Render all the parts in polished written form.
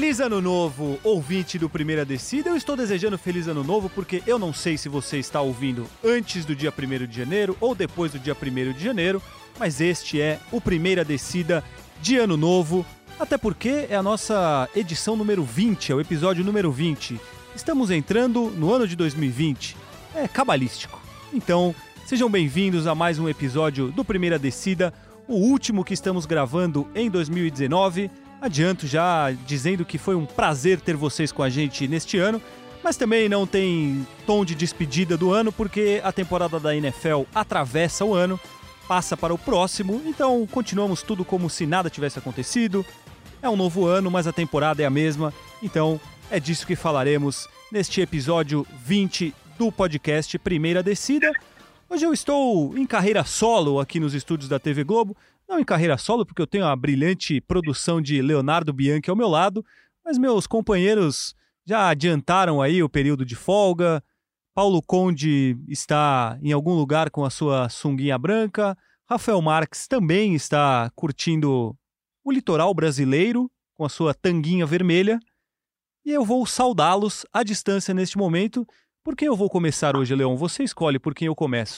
Feliz Ano Novo, ouvinte do Primeira Descida. Eu estou desejando Feliz Ano Novo porque eu não sei se você está ouvindo antes do dia 1º de janeiro ou depois do dia 1º de janeiro, mas este é o Primeira Descida de Ano Novo, até porque é a nossa edição número 20, é o episódio número 20. Estamos entrando no ano de 2020, é cabalístico. Então, sejam bem-vindos a mais um episódio do Primeira Descida, o último que estamos gravando em 2019. Adianto já dizendo que foi um prazer ter vocês com a gente neste ano, mas também não tem tom de despedida do ano, porque a temporada da NFL atravessa o ano, passa para o próximo, então continuamos tudo como se nada tivesse acontecido. É um novo ano, mas a temporada é a mesma, então é disso que falaremos neste episódio 20 do podcast Primeira Descida. Hoje eu estou em carreira solo aqui nos estúdios da TV Globo. Não em carreira solo, porque eu tenho a brilhante produção de Leonardo Bianchi ao meu lado, mas meus companheiros já adiantaram aí o período de folga. Paulo Conde está em algum lugar com a sua sunguinha branca. Rafael Marques também está curtindo o litoral brasileiro com a sua tanguinha vermelha. E eu vou saudá-los à distância neste momento. Por quem eu vou começar hoje, Leon? Você escolhe por quem eu começo.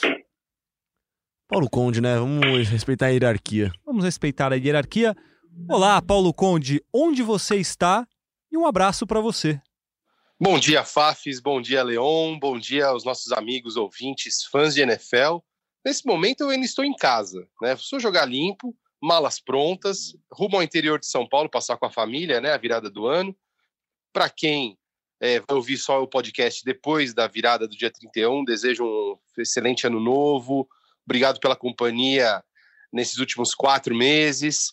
Paulo Conde, né? Vamos respeitar a hierarquia. Vamos respeitar a hierarquia. Olá, Paulo Conde, onde você está? E um abraço para você. Bom dia, Fafis, bom dia, Leon, bom dia aos nossos amigos ouvintes, fãs de NFL. Nesse momento eu ainda estou em casa, né? Sou jogar limpo, malas prontas, rumo ao interior de São Paulo, passar com a família, né? A virada do ano. Para quem vai ouvir só o podcast depois da virada do dia 31, desejo um excelente ano novo. Obrigado pela companhia nesses últimos 4 meses.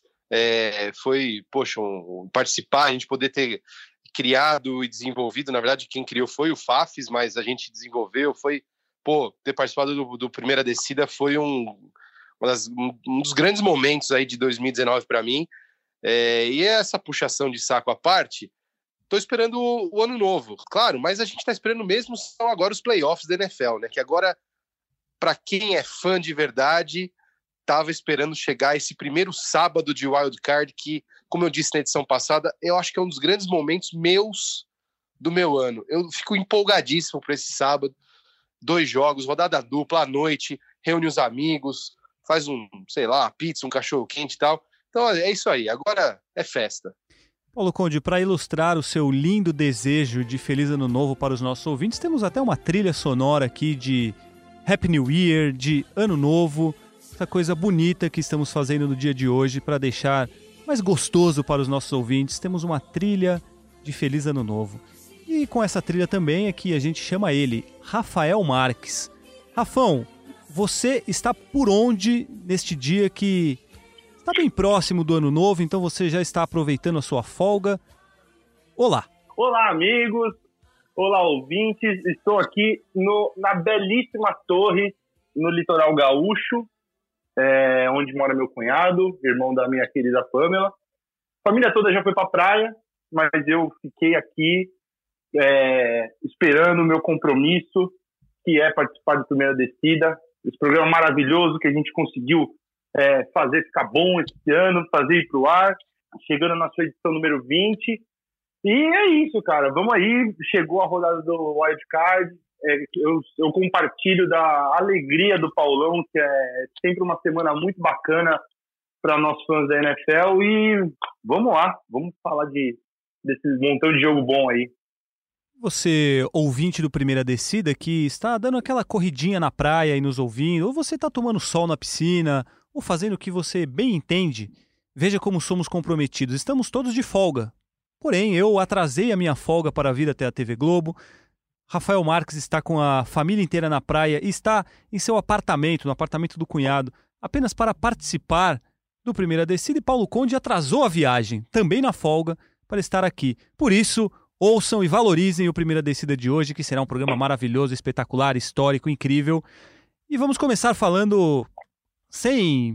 Foi, poxa, participar, a gente poder ter criado e desenvolvido. Na verdade, quem criou foi o Fafis, mas a gente desenvolveu. Ter participado do Primeira Descida foi um dos grandes momentos aí de 2019 para mim. E essa puxação de saco à parte, estou esperando o ano novo, claro, mas a gente está esperando mesmo são agora os playoffs da NFL, né? Que agora, para quem é fã de verdade, estava esperando chegar esse primeiro sábado de Wild Card, que, como eu disse na edição passada, eu acho que é um dos grandes momentos do meu ano. Eu fico empolgadíssimo para esse sábado. 2 jogos, rodada dupla à noite, reúne os amigos, faz pizza, um cachorro quente e tal. Então é isso aí, agora é festa. Paulo Conde, para ilustrar o seu lindo desejo de Feliz Ano Novo para os nossos ouvintes, temos até uma trilha sonora aqui de Happy New Year, de Ano Novo, essa coisa bonita que estamos fazendo no dia de hoje para deixar mais gostoso para os nossos ouvintes. Temos uma trilha de Feliz Ano Novo. E com essa trilha também é que a gente chama ele, Rafael Marques. Rafão, você está por onde neste dia que está bem próximo do Ano Novo, então você já está aproveitando a sua folga. Olá! Olá, amigos! Olá, ouvintes! Estou aqui na belíssima torre no litoral gaúcho, onde mora meu cunhado, irmão da minha querida Pamela. A família toda já foi para a praia, mas eu fiquei aqui esperando o meu compromisso, que é participar do Primeira Descida, esse programa maravilhoso que a gente conseguiu fazer ficar bom esse ano, fazer ir para o ar, chegando na sua edição número 20. E é isso, cara. Vamos aí. Chegou a rodada do Wild Card. Eu compartilho da alegria do Paulão, que é sempre uma semana muito bacana para nós fãs da NFL. E vamos lá. Vamos falar desse montão de jogo bom aí. Você, ouvinte do Primeira Descida, que está dando aquela corridinha na praia e nos ouvindo, ou você está tomando sol na piscina, ou fazendo o que você bem entende, veja como somos comprometidos. Estamos todos de folga. Porém, eu atrasei a minha folga para vir até a TV Globo. Rafael Marques está com a família inteira na praia e está em seu apartamento, no apartamento do cunhado, apenas para participar do Primeira Descida. E Paulo Conde atrasou a viagem, também na folga, para estar aqui. Por isso, ouçam e valorizem o Primeira Descida de hoje, que será um programa maravilhoso, espetacular, histórico, incrível. E vamos começar falando, sem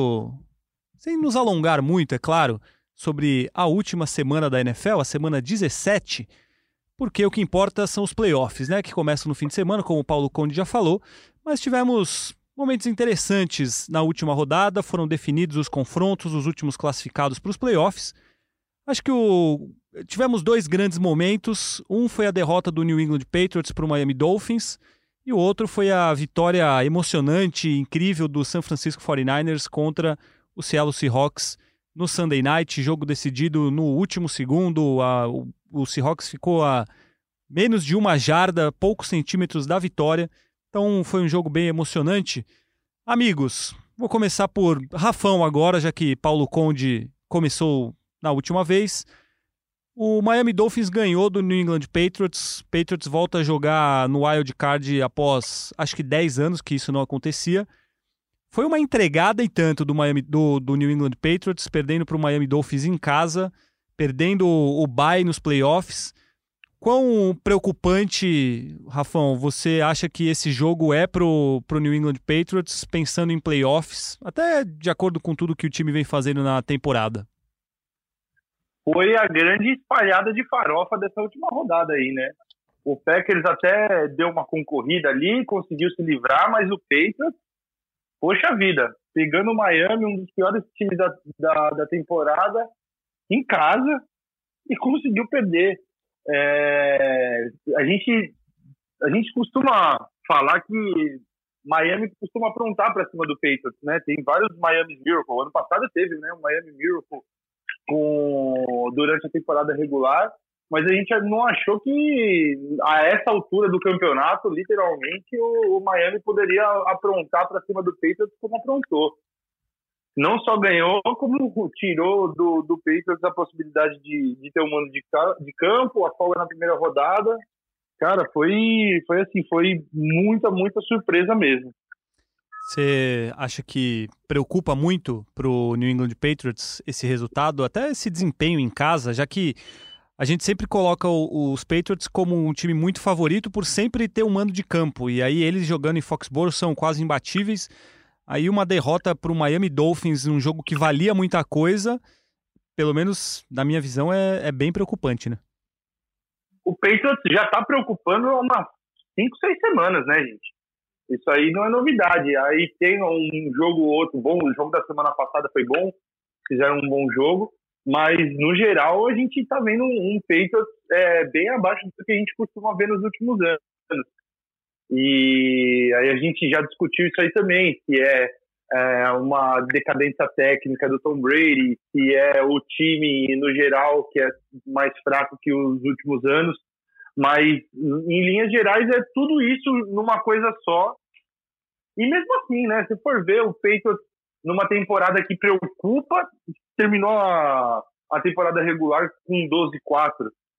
nos alongar muito, é claro, sobre a última semana da NFL, a semana 17, porque o que importa são os playoffs, né, que começam no fim de semana, como o Paulo Conde já falou, mas tivemos momentos interessantes na última rodada, foram definidos os confrontos, os últimos classificados para os playoffs. Acho que tivemos dois grandes momentos. Um foi a derrota do New England Patriots para o Miami Dolphins e o outro foi a vitória emocionante e incrível do San Francisco 49ers contra o Seattle Seahawks no Sunday Night, jogo decidido no último segundo. O Seahawks ficou a menos de uma jarda, poucos centímetros da vitória. Então foi um jogo bem emocionante. Amigos, vou começar por Rafão agora, já que Paulo Conde começou na última vez. O Miami Dolphins ganhou do New England Patriots. Patriots volta a jogar no Wild Card após, acho que 10 anos que isso não acontecia. Foi uma entregada e tanto do New England Patriots, perdendo para o Miami Dolphins em casa, perdendo o bye nos playoffs. Quão preocupante, Rafão, você acha que esse jogo é pro New England Patriots, pensando em playoffs, até de acordo com tudo que o time vem fazendo na temporada? Foi a grande espalhada de farofa dessa última rodada aí, né? O Packers até deu uma concorrida ali, conseguiu se livrar, mas o Patriots, poxa vida, pegando o Miami, um dos piores times da temporada, em casa, e conseguiu perder. A gente costuma falar que Miami costuma aprontar para cima do Patriots, né? Tem vários Miami Miracle. Ano passado teve, né, um Miami Miracle durante a temporada regular, mas a gente não achou que a essa altura do campeonato, literalmente, o Miami poderia aprontar para cima do Patriots como aprontou. Não só ganhou, como tirou do Patriots a possibilidade de ter um mando de campo, a folga na primeira rodada. Cara, foi muita surpresa mesmo. Você acha que preocupa muito pro New England Patriots esse resultado, até esse desempenho em casa, já que a gente sempre coloca os Patriots como um time muito favorito por sempre ter um mando de campo, e aí eles jogando em Foxborough são quase imbatíveis. Aí uma derrota para o Miami Dolphins num jogo que valia muita coisa, pelo menos na minha visão, é bem preocupante, né? O Patriots já está preocupando há umas 5, 6 semanas, né, gente? Isso aí não é novidade. Aí tem um jogo ou outro bom, o jogo da semana passada foi bom, fizeram um bom jogo, mas no geral a gente está vendo um Patriots bem abaixo do que a gente costuma ver nos últimos anos. E aí a gente já discutiu isso aí também, se é uma decadência técnica do Tom Brady, se é o time no geral que é mais fraco que os últimos anos, mas em linhas gerais é tudo isso numa coisa só. E mesmo assim, né, se for ver o Patriots numa temporada que preocupa, terminou a temporada regular com 12-4.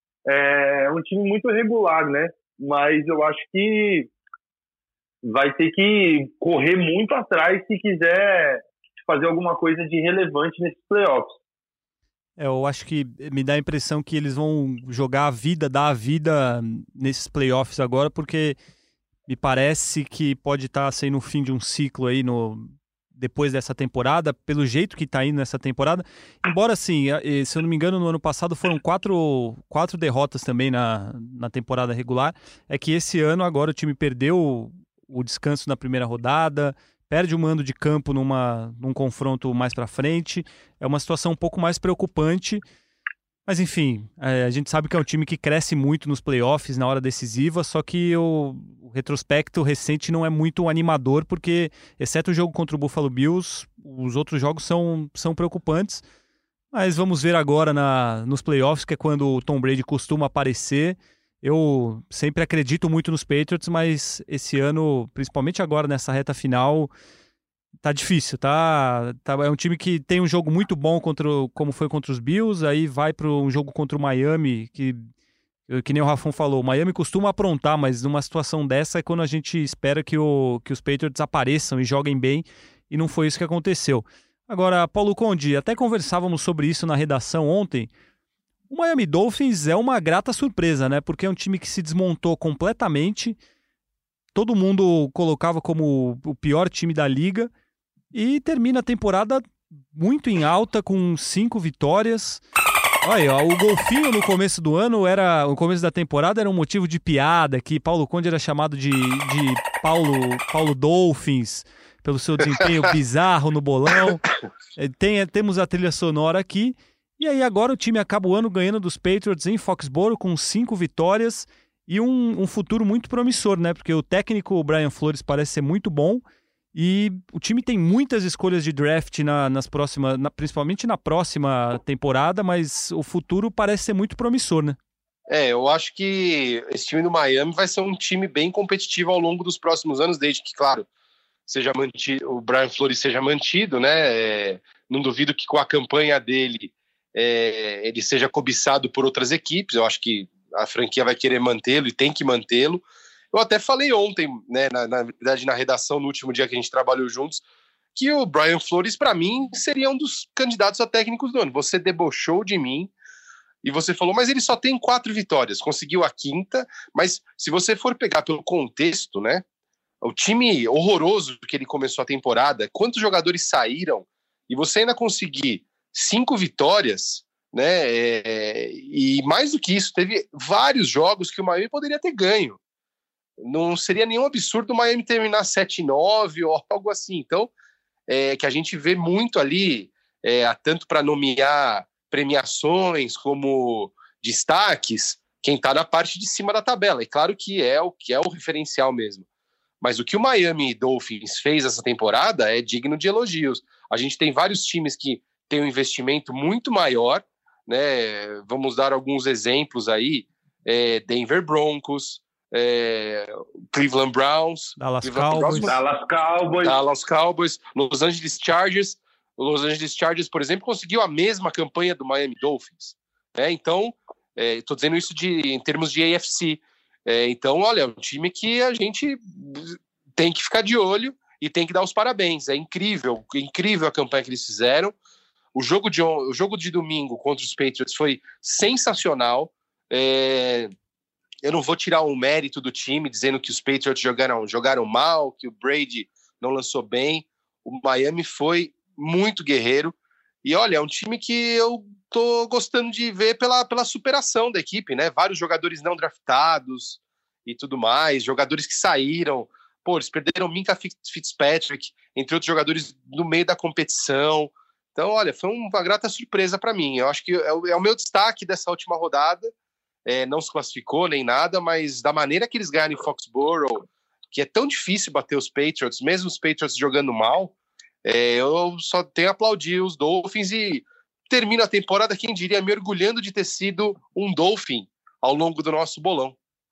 É um time muito regular, né, mas eu acho que vai ter que correr muito atrás se quiser fazer alguma coisa de relevante nesses playoffs. Eu acho que me dá a impressão que eles vão dar a vida nesses playoffs agora, porque me parece que pode estar sendo o fim de um ciclo aí depois dessa temporada, pelo jeito que está indo nessa temporada. Embora, assim, se eu não me engano, no ano passado foram quatro derrotas também na temporada regular. É que esse ano agora o time perdeu o descanso na primeira rodada, perde o mando de campo num confronto mais para frente. É uma situação um pouco mais preocupante. Mas, enfim, a gente sabe que é um time que cresce muito nos playoffs, na hora decisiva, só que o retrospecto recente não é muito animador, porque, exceto o jogo contra o Buffalo Bills, os outros jogos são preocupantes. Mas vamos ver agora nos playoffs, que é quando o Tom Brady costuma aparecer. Eu sempre acredito muito nos Patriots, mas esse ano, principalmente agora nessa reta final, tá difícil, tá? É um time que tem um jogo muito bom como foi contra os Bills, aí vai para um jogo contra o Miami, que nem o Rafão falou, o Miami costuma aprontar, mas numa situação dessa é quando a gente espera que os Patriots apareçam e joguem bem, e não foi isso que aconteceu. Agora, Paulo Conde, até conversávamos sobre isso na redação ontem. O Miami Dolphins é uma grata surpresa, né? Porque é um time que se desmontou completamente. Todo mundo colocava como o pior time da liga. E termina a temporada muito em alta, com 5 vitórias. Olha, o golfinho no começo do ano, no começo da temporada, era um motivo de piada, que Paulo Conde era chamado de Paulo Dolphins, pelo seu desempenho bizarro no bolão. Temos a trilha sonora aqui. E aí agora o time acaba o ano ganhando dos Patriots em Foxborough com 5 vitórias e um futuro muito promissor, né? Porque o técnico Brian Flores parece ser muito bom e o time tem muitas escolhas de draft nas próximas, principalmente na próxima temporada, mas o futuro parece ser muito promissor, né? Eu acho que esse time do Miami vai ser um time bem competitivo ao longo dos próximos anos, desde que, claro, seja mantido, o Brian Flores seja mantido, né? Não duvido que com a campanha dele ele seja cobiçado por outras equipes. Eu acho que a franquia vai querer mantê-lo e tem que mantê-lo. Eu até falei ontem, né, na verdade, na redação, no último dia que a gente trabalhou juntos, que o Brian Flores, para mim, seria um dos candidatos a técnicos do ano. Você debochou de mim e você falou, mas ele só tem 4 vitórias, conseguiu a 5ª, mas se você for pegar pelo contexto, né, o time horroroso que ele começou a temporada, quantos jogadores saíram, e você ainda conseguir 5 vitórias, né? E mais do que isso, teve vários jogos que o Miami poderia ter ganho. Não seria nenhum absurdo o Miami terminar 7-9 ou algo assim. Então, que a gente vê muito ali, tanto para nomear premiações como destaques, quem está na parte de cima da tabela. É claro que é o referencial mesmo. Mas o que o Miami Dolphins fez essa temporada é digno de elogios. A gente tem vários times que têm um investimento muito maior, né? Vamos dar alguns exemplos aí. Denver Broncos, Cleveland Browns, Dallas Cowboys, Los Angeles Chargers. O Los Angeles Chargers, por exemplo, conseguiu a mesma campanha do Miami Dolphins. Então, estou dizendo isso em termos de AFC. Então, olha, é um time que a gente tem que ficar de olho e tem que dar os parabéns. É incrível a campanha que eles fizeram. O jogo de domingo contra os Patriots foi sensacional. Eu não vou tirar o mérito do time dizendo que os Patriots jogaram mal, que o Brady não lançou bem. O Miami foi muito guerreiro. E olha, é um time que eu tô gostando de ver pela superação da equipe, né? Vários jogadores não draftados e tudo mais, jogadores que saíram. Pô, eles perderam Minkah Fitzpatrick, entre outros jogadores no meio da competição. Então, olha, foi uma grata surpresa para mim. Eu acho que é o meu destaque dessa última rodada. Não se classificou nem nada, mas da maneira que eles ganharam em Foxborough, que é tão difícil bater os Patriots, mesmo os Patriots jogando mal, eu só tenho a aplaudir os Dolphins e termino a temporada, quem diria, me orgulhando de ter sido um Dolphin ao longo do nosso bolão.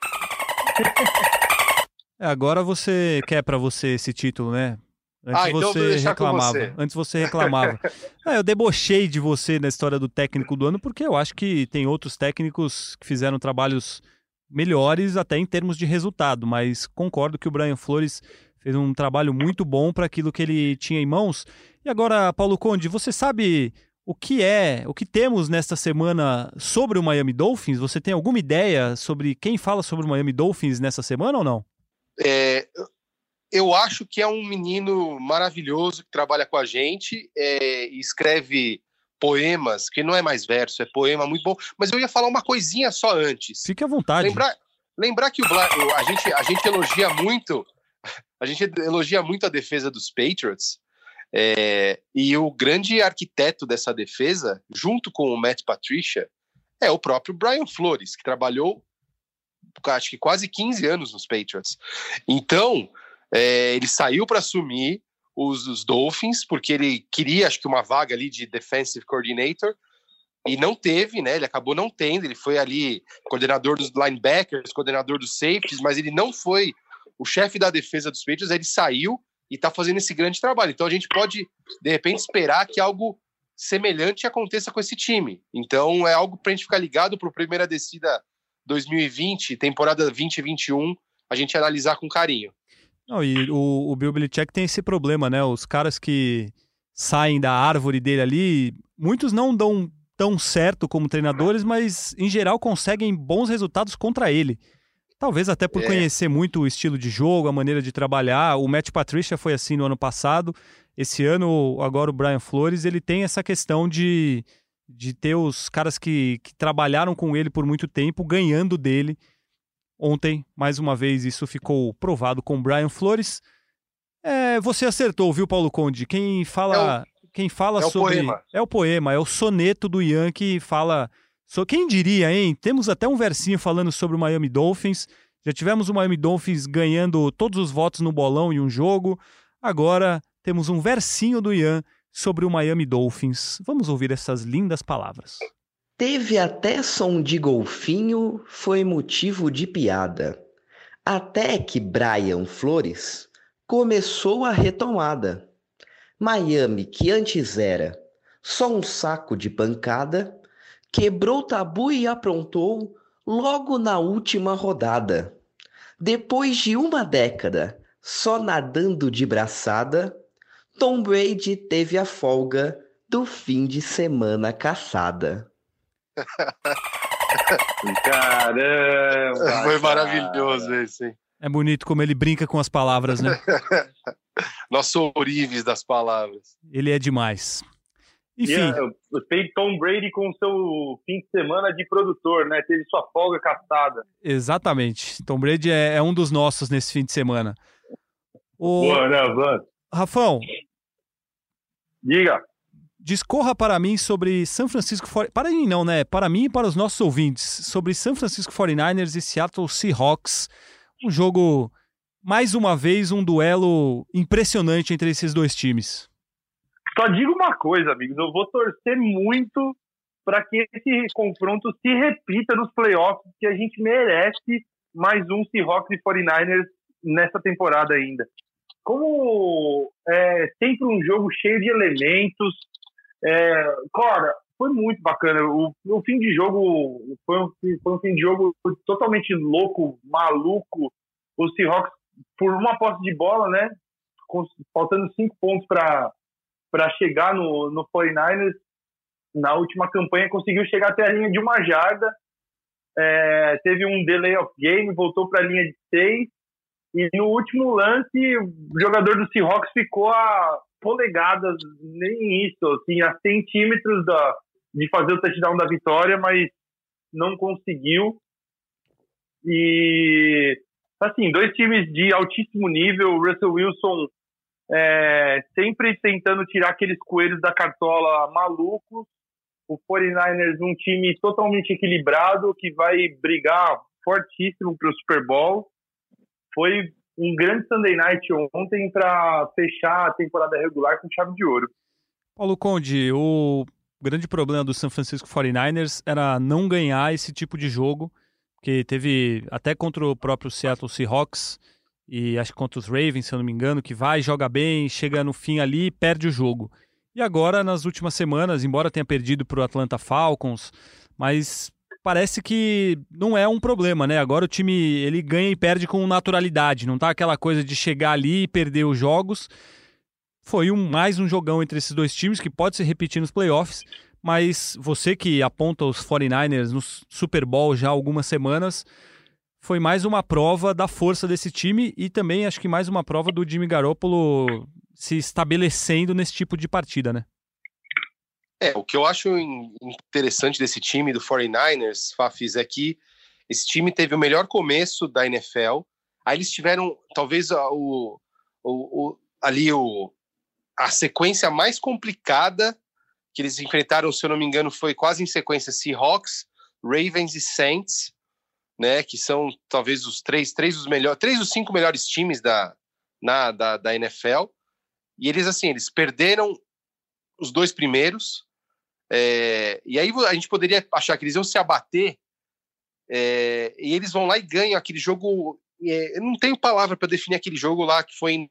Agora você quer para você esse título, né? Antes você reclamava. Eu debochei de você na história do técnico do ano, porque eu acho que tem outros técnicos que fizeram trabalhos melhores até em termos de resultado, mas concordo que o Brian Flores fez um trabalho muito bom para aquilo que ele tinha em mãos. E agora, Paulo Conde, você sabe o que temos nesta semana sobre o Miami Dolphins? Você tem alguma ideia sobre quem fala sobre o Miami Dolphins nessa semana ou não? Eu acho que é um menino maravilhoso que trabalha com a gente e escreve poemas, que não é mais verso, é poema muito bom. Mas eu ia falar uma coisinha só antes. Fique à vontade. Lembrar que a gente elogia muito a defesa dos Patriots, e o grande arquiteto dessa defesa, junto com o Matt Patricia, é o próprio Brian Flores, que trabalhou acho que quase 15 anos nos Patriots. Então, ele saiu para assumir os Dolphins, porque ele queria, acho que, uma vaga ali de Defensive Coordinator, e não teve, né? Ele acabou não tendo. Ele foi ali coordenador dos linebackers, coordenador dos safeties, mas ele não foi o chefe da defesa dos Patriots. Ele saiu e está fazendo esse grande trabalho. Então a gente pode, de repente, esperar que algo semelhante aconteça com esse time. Então é algo para a gente ficar ligado para a primeira descida 2020, temporada 2021, a gente analisar com carinho. Não, e o Bill Belichick tem esse problema, né? Os caras que saem da árvore dele ali, muitos não dão tão certo como treinadores, mas em geral conseguem bons resultados contra ele. Talvez até por conhecer muito o estilo de jogo, a maneira de trabalhar. O Matt Patricia foi assim no ano passado. Esse ano, agora o Brian Flores, ele tem essa questão de ter os caras que trabalharam com ele por muito tempo, ganhando dele. Ontem, mais uma vez, isso ficou provado com o Brian Flores. Você acertou, viu, Paulo Conde? Quem fala Quem fala É o sobre... poema. É o poema, é o soneto do Ian que fala... Quem diria, hein? Temos até um versinho falando sobre o Miami Dolphins. Já tivemos o Miami Dolphins ganhando todos os votos no bolão em um jogo. Agora temos um versinho do Ian sobre o Miami Dolphins. Vamos ouvir essas lindas palavras. Teve até som de golfinho, foi motivo de piada. Até que Brian Flores começou a retomada. Miami, que antes era só um saco de pancada, quebrou o tabu e aprontou logo na última rodada. Depois de uma década só nadando de braçada, Tom Brady teve a folga do fim de semana caçada. Caramba! Foi maravilhoso esse, hein? É bonito como ele brinca com as palavras, né? Nosso ourives das palavras. Ele é demais. Enfim. Eu gostei Tom Brady com seu fim de semana de produtor, né? Teve sua folga caçada. Exatamente. Tom Brady é um dos nossos nesse fim de semana. Boa, né, Van? Rafão, Diga. discorra para mim sobre San Francisco... Para mim não, né? Para mim e para os nossos ouvintes. Sobre San Francisco 49ers e Seattle Seahawks. Um jogo, mais uma vez, um duelo impressionante entre esses dois times. Só digo uma coisa, amigos. Eu vou torcer muito para que esse confronto se repita nos playoffs, que a gente merece mais um Seahawks e 49ers nessa temporada ainda. Como é sempre um jogo cheio de elementos, cara, foi muito bacana. O fim de jogo foi um fim de jogo totalmente louco, maluco. O Seahawks, por uma posse de bola, né, faltando 5 pontos para chegar no 49ers, na última campanha, conseguiu chegar até a linha de 1 jarda. Teve um delay of game, voltou para a linha de 6. E no último lance, o jogador do Seahawks ficou a polegadas, nem isso, assim, a centímetros de fazer o touchdown da vitória, mas não conseguiu. E, assim, 2 times de altíssimo nível. O Russell Wilson sempre tentando tirar aqueles coelhos da cartola malucos. O 49ers, um time totalmente equilibrado, que vai brigar fortíssimo para o Super Bowl. Foi um grande Sunday Night ontem para fechar a temporada regular com chave de ouro. Paulo Conde, o grande problema do San Francisco 49ers era não ganhar esse tipo de jogo, porque teve até contra o próprio Seattle Seahawks e acho que contra os Ravens, se eu não me engano, que vai, joga bem, chega no fim ali e perde o jogo. E agora, nas últimas semanas, embora tenha perdido para o Atlanta Falcons, mas parece que não é um problema, né? Agora o time ele ganha e perde com naturalidade, não tá aquela coisa de chegar ali e perder os jogos. Foi mais um jogão entre esses dois times que pode se repetir nos playoffs, mas você que aponta os 49ers no Super Bowl já há algumas semanas, foi mais uma prova da força desse time e também acho que mais uma prova do Jimmy Garoppolo se estabelecendo nesse tipo de partida, né? O que eu acho interessante desse time do 49ers, Fafis, é que esse time teve o melhor começo da NFL. Aí eles tiveram, talvez, a sequência mais complicada que eles enfrentaram, se eu não me engano, foi quase em sequência Seahawks, Ravens e Saints, né, que são talvez os três dos 5 melhores times da NFL. E eles perderam os 2 primeiros, e aí a gente poderia achar que eles iam se abater, e eles vão lá e ganham aquele jogo. Eu não tenho palavra para definir aquele jogo lá que foi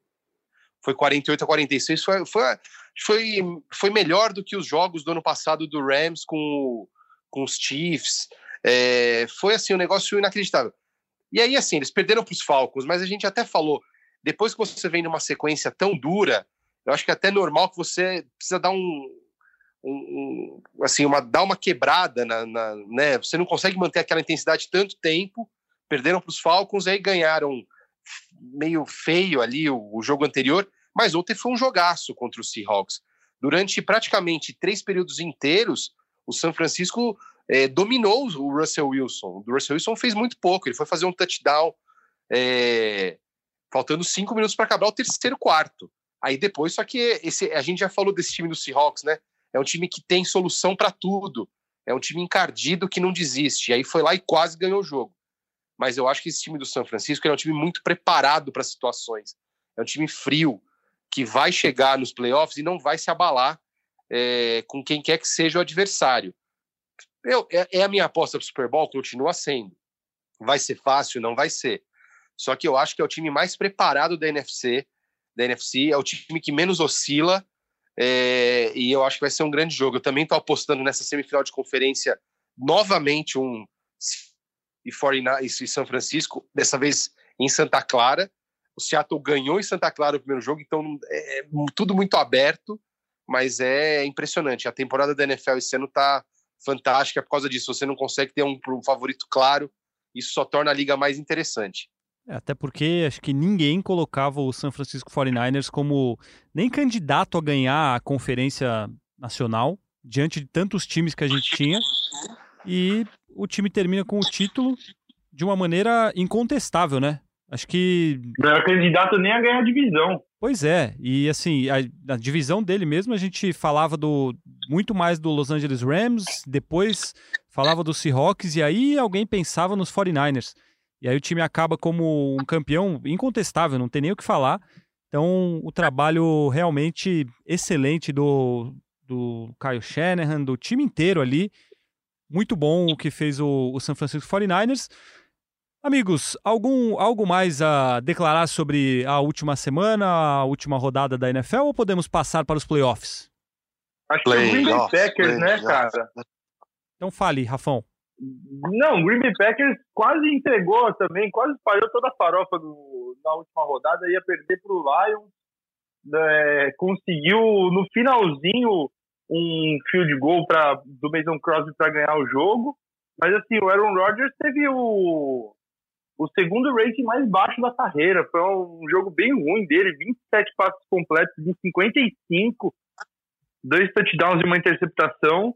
48-46, foi melhor do que os jogos do ano passado do Rams com os Chiefs. Foi assim, um negócio inacreditável. E aí, assim, eles perderam para os Falcons, mas a gente até falou, depois que você vem numa sequência tão dura, eu acho que é até normal que você precisa dar dar uma quebrada, né? Você não consegue manter aquela intensidade tanto tempo. Perderam para os Falcons, aí ganharam meio feio ali o jogo anterior, mas ontem foi um jogaço contra os Seahawks. Durante praticamente 3 períodos inteiros, o San Francisco dominou o Russell Wilson. O Russell Wilson fez muito pouco, ele foi fazer um touchdown faltando 5 minutos para acabar o terceiro quarto. Aí depois, só que a gente já falou desse time do Seahawks, né? É um time que tem solução para tudo. É um time encardido que não desiste. E aí foi lá e quase ganhou o jogo. Mas eu acho que esse time do São Francisco é um time muito preparado para situações. É um time frio, que vai chegar nos playoffs e não vai se abalar com quem quer que seja o adversário. É a minha aposta para o Super Bowl, continua sendo. Vai ser fácil? Não vai ser. Só que eu acho que é o time mais preparado da NFC, é o time que menos oscila, e eu acho que vai ser um grande jogo. Eu também estou apostando nessa semifinal de conferência, novamente e São Francisco, dessa vez em Santa Clara. O Seattle ganhou em Santa Clara o primeiro jogo, então é tudo muito aberto, mas é impressionante. A temporada da NFL esse ano está fantástica por causa disso. Você não consegue ter um favorito claro, isso só torna a liga mais interessante. Até porque acho que ninguém colocava o San Francisco 49ers como nem candidato a ganhar a Conferência Nacional, diante de tantos times que a gente tinha, e o time termina com o título de uma maneira incontestável, né? Acho que... Não era candidato nem a ganhar a divisão. Pois é, e assim, a divisão dele mesmo, a gente falava muito mais do Los Angeles Rams, depois falava do Seahawks, e aí alguém pensava nos 49ers. E aí o time acaba como um campeão incontestável, não tem nem o que falar. Então, o trabalho realmente excelente do Kyle Shanahan, do time inteiro ali. Muito bom o que fez o San Francisco 49ers. Amigos, algo mais a declarar sobre a última semana, a última rodada da NFL, ou podemos passar para os playoffs? Acho que o Green Bay Packers, né, cara? Então fale, Rafão. Não, o Green Bay Packers quase entregou também, quase falhou toda a farofa na última rodada, ia perder para o Lions, conseguiu no finalzinho um field goal do Mason Crosby para ganhar o jogo, mas assim, o Aaron Rodgers teve o segundo rating mais baixo da carreira, foi um jogo bem ruim dele, 27 passes completos em 55, 2 touchdowns e uma interceptação.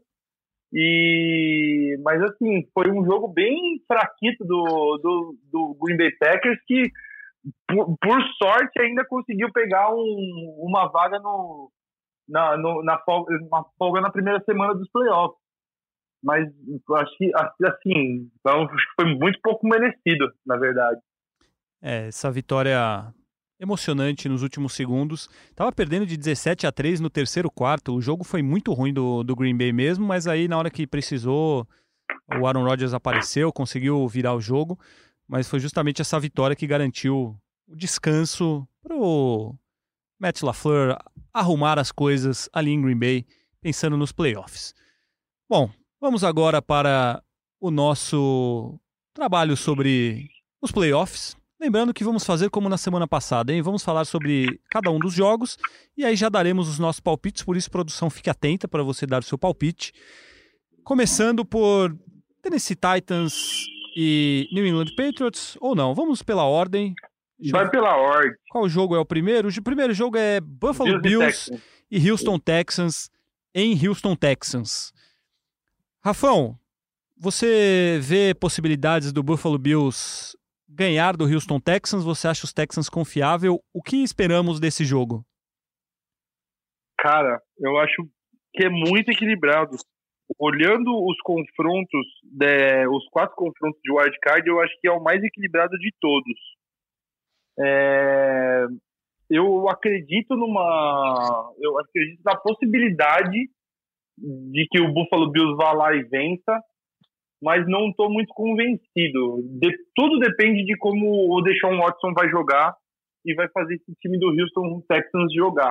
Mas assim, foi um jogo bem fraquito do Green Bay Packers, que por sorte ainda conseguiu pegar uma vaga uma folga na primeira semana dos playoffs. Mas acho que assim, foi muito pouco merecido, na verdade. Essa vitória emocionante nos últimos segundos. Tava perdendo de 17-3 no terceiro quarto. O jogo foi muito ruim do Green Bay mesmo, mas aí na hora que precisou, o Aaron Rodgers apareceu, conseguiu virar o jogo, mas foi justamente essa vitória que garantiu o descanso pro Matt LaFleur arrumar as coisas ali em Green Bay, pensando nos playoffs. Bom, vamos agora para o nosso trabalho sobre os playoffs. Lembrando que vamos fazer como na semana passada, hein? Vamos falar sobre cada um dos jogos e aí já daremos os nossos palpites, por isso, produção, fique atenta para você dar o seu palpite. Começando por Tennessee Titans e New England Patriots, ou não? Vamos pela ordem. Vai pela ordem. Qual jogo é o primeiro? O primeiro jogo é Buffalo Bills e Houston Texans em Houston Texans. Rafão, você vê possibilidades do Buffalo Bills ganhar do Houston Texans? Você acha os Texans confiável? O que esperamos desse jogo? Cara, eu acho que é muito equilibrado. Olhando os confrontos, os 4 confrontos de wildcard, eu acho que é o mais equilibrado de todos. Eu acredito na possibilidade de que o Buffalo Bills vá lá e vença, mas não estou muito convencido. Tudo depende de como o Deshaun Watson vai jogar e vai fazer esse time do Houston Texans jogar.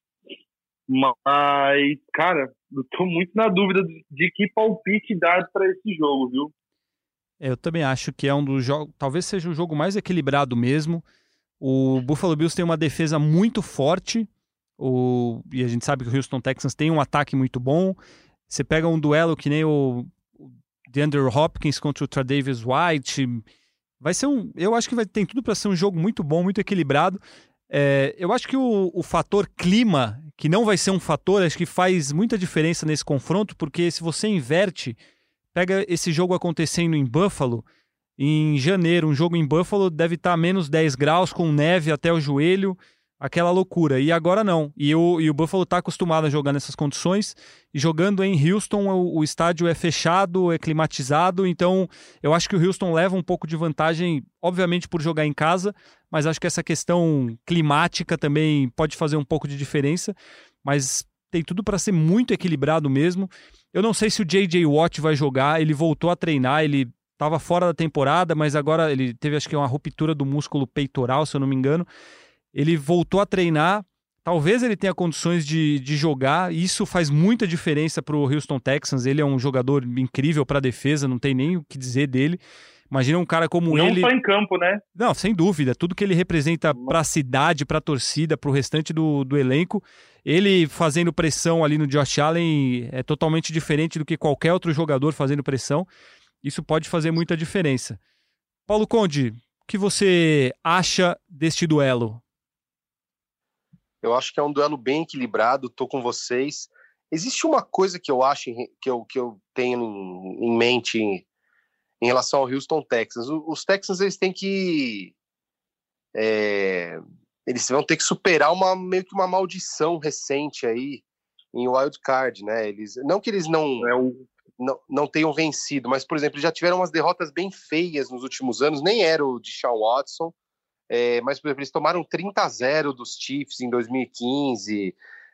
Mas, cara, eu estou muito na dúvida de que palpite dar para esse jogo, viu? Eu também acho que é um dos jogos, talvez seja o jogo mais equilibrado mesmo. O Buffalo Bills tem uma defesa muito forte, e a gente sabe que o Houston Texans tem um ataque muito bom. Você pega um duelo que nem o DeAndre Hopkins contra o Tre'Davious White, eu acho que tem tudo para ser um jogo muito bom, muito equilibrado. Eu acho que o fator clima, que não vai ser um fator, acho que faz muita diferença nesse confronto, porque se você inverte, pega esse jogo acontecendo em Buffalo, em janeiro, um jogo em Buffalo deve estar a menos 10 graus, com neve até o joelho, aquela loucura. E agora não. E o Buffalo está acostumado a jogar nessas condições. E jogando em Houston, o estádio é fechado, é climatizado. Então, eu acho que o Houston leva um pouco de vantagem, obviamente por jogar em casa, mas acho que essa questão climática também pode fazer um pouco de diferença. Mas tem tudo para ser muito equilibrado mesmo. Eu não sei se o J.J. Watt vai jogar. Ele voltou a treinar, ele estava fora da temporada, mas agora ele teve, acho que, uma ruptura do músculo peitoral, se eu não me engano. Ele voltou a treinar, talvez ele tenha condições de jogar, e isso faz muita diferença para o Houston Texans. Ele é um jogador incrível para a defesa, não tem nem o que dizer dele. Imagina um cara como ele... Não só em campo, né? Não, sem dúvida. Tudo que ele representa para a cidade, para a torcida, para o restante do elenco. Ele fazendo pressão ali no Josh Allen é totalmente diferente do que qualquer outro jogador fazendo pressão. Isso pode fazer muita diferença. Paulo Conde, o que você acha deste duelo? Eu acho que é um duelo bem equilibrado, tô com vocês. Existe uma coisa que eu acho, que eu tenho em mente em relação ao Houston Texans. Os Texans, eles têm que... eles vão ter que superar meio que uma maldição recente aí em Wild Card, né? Não que eles não tenham vencido, mas, por exemplo, já tiveram umas derrotas bem feias nos últimos anos, nem era o Deshaun Watson, mas, por exemplo, eles tomaram 30-0 dos Chiefs em 2015,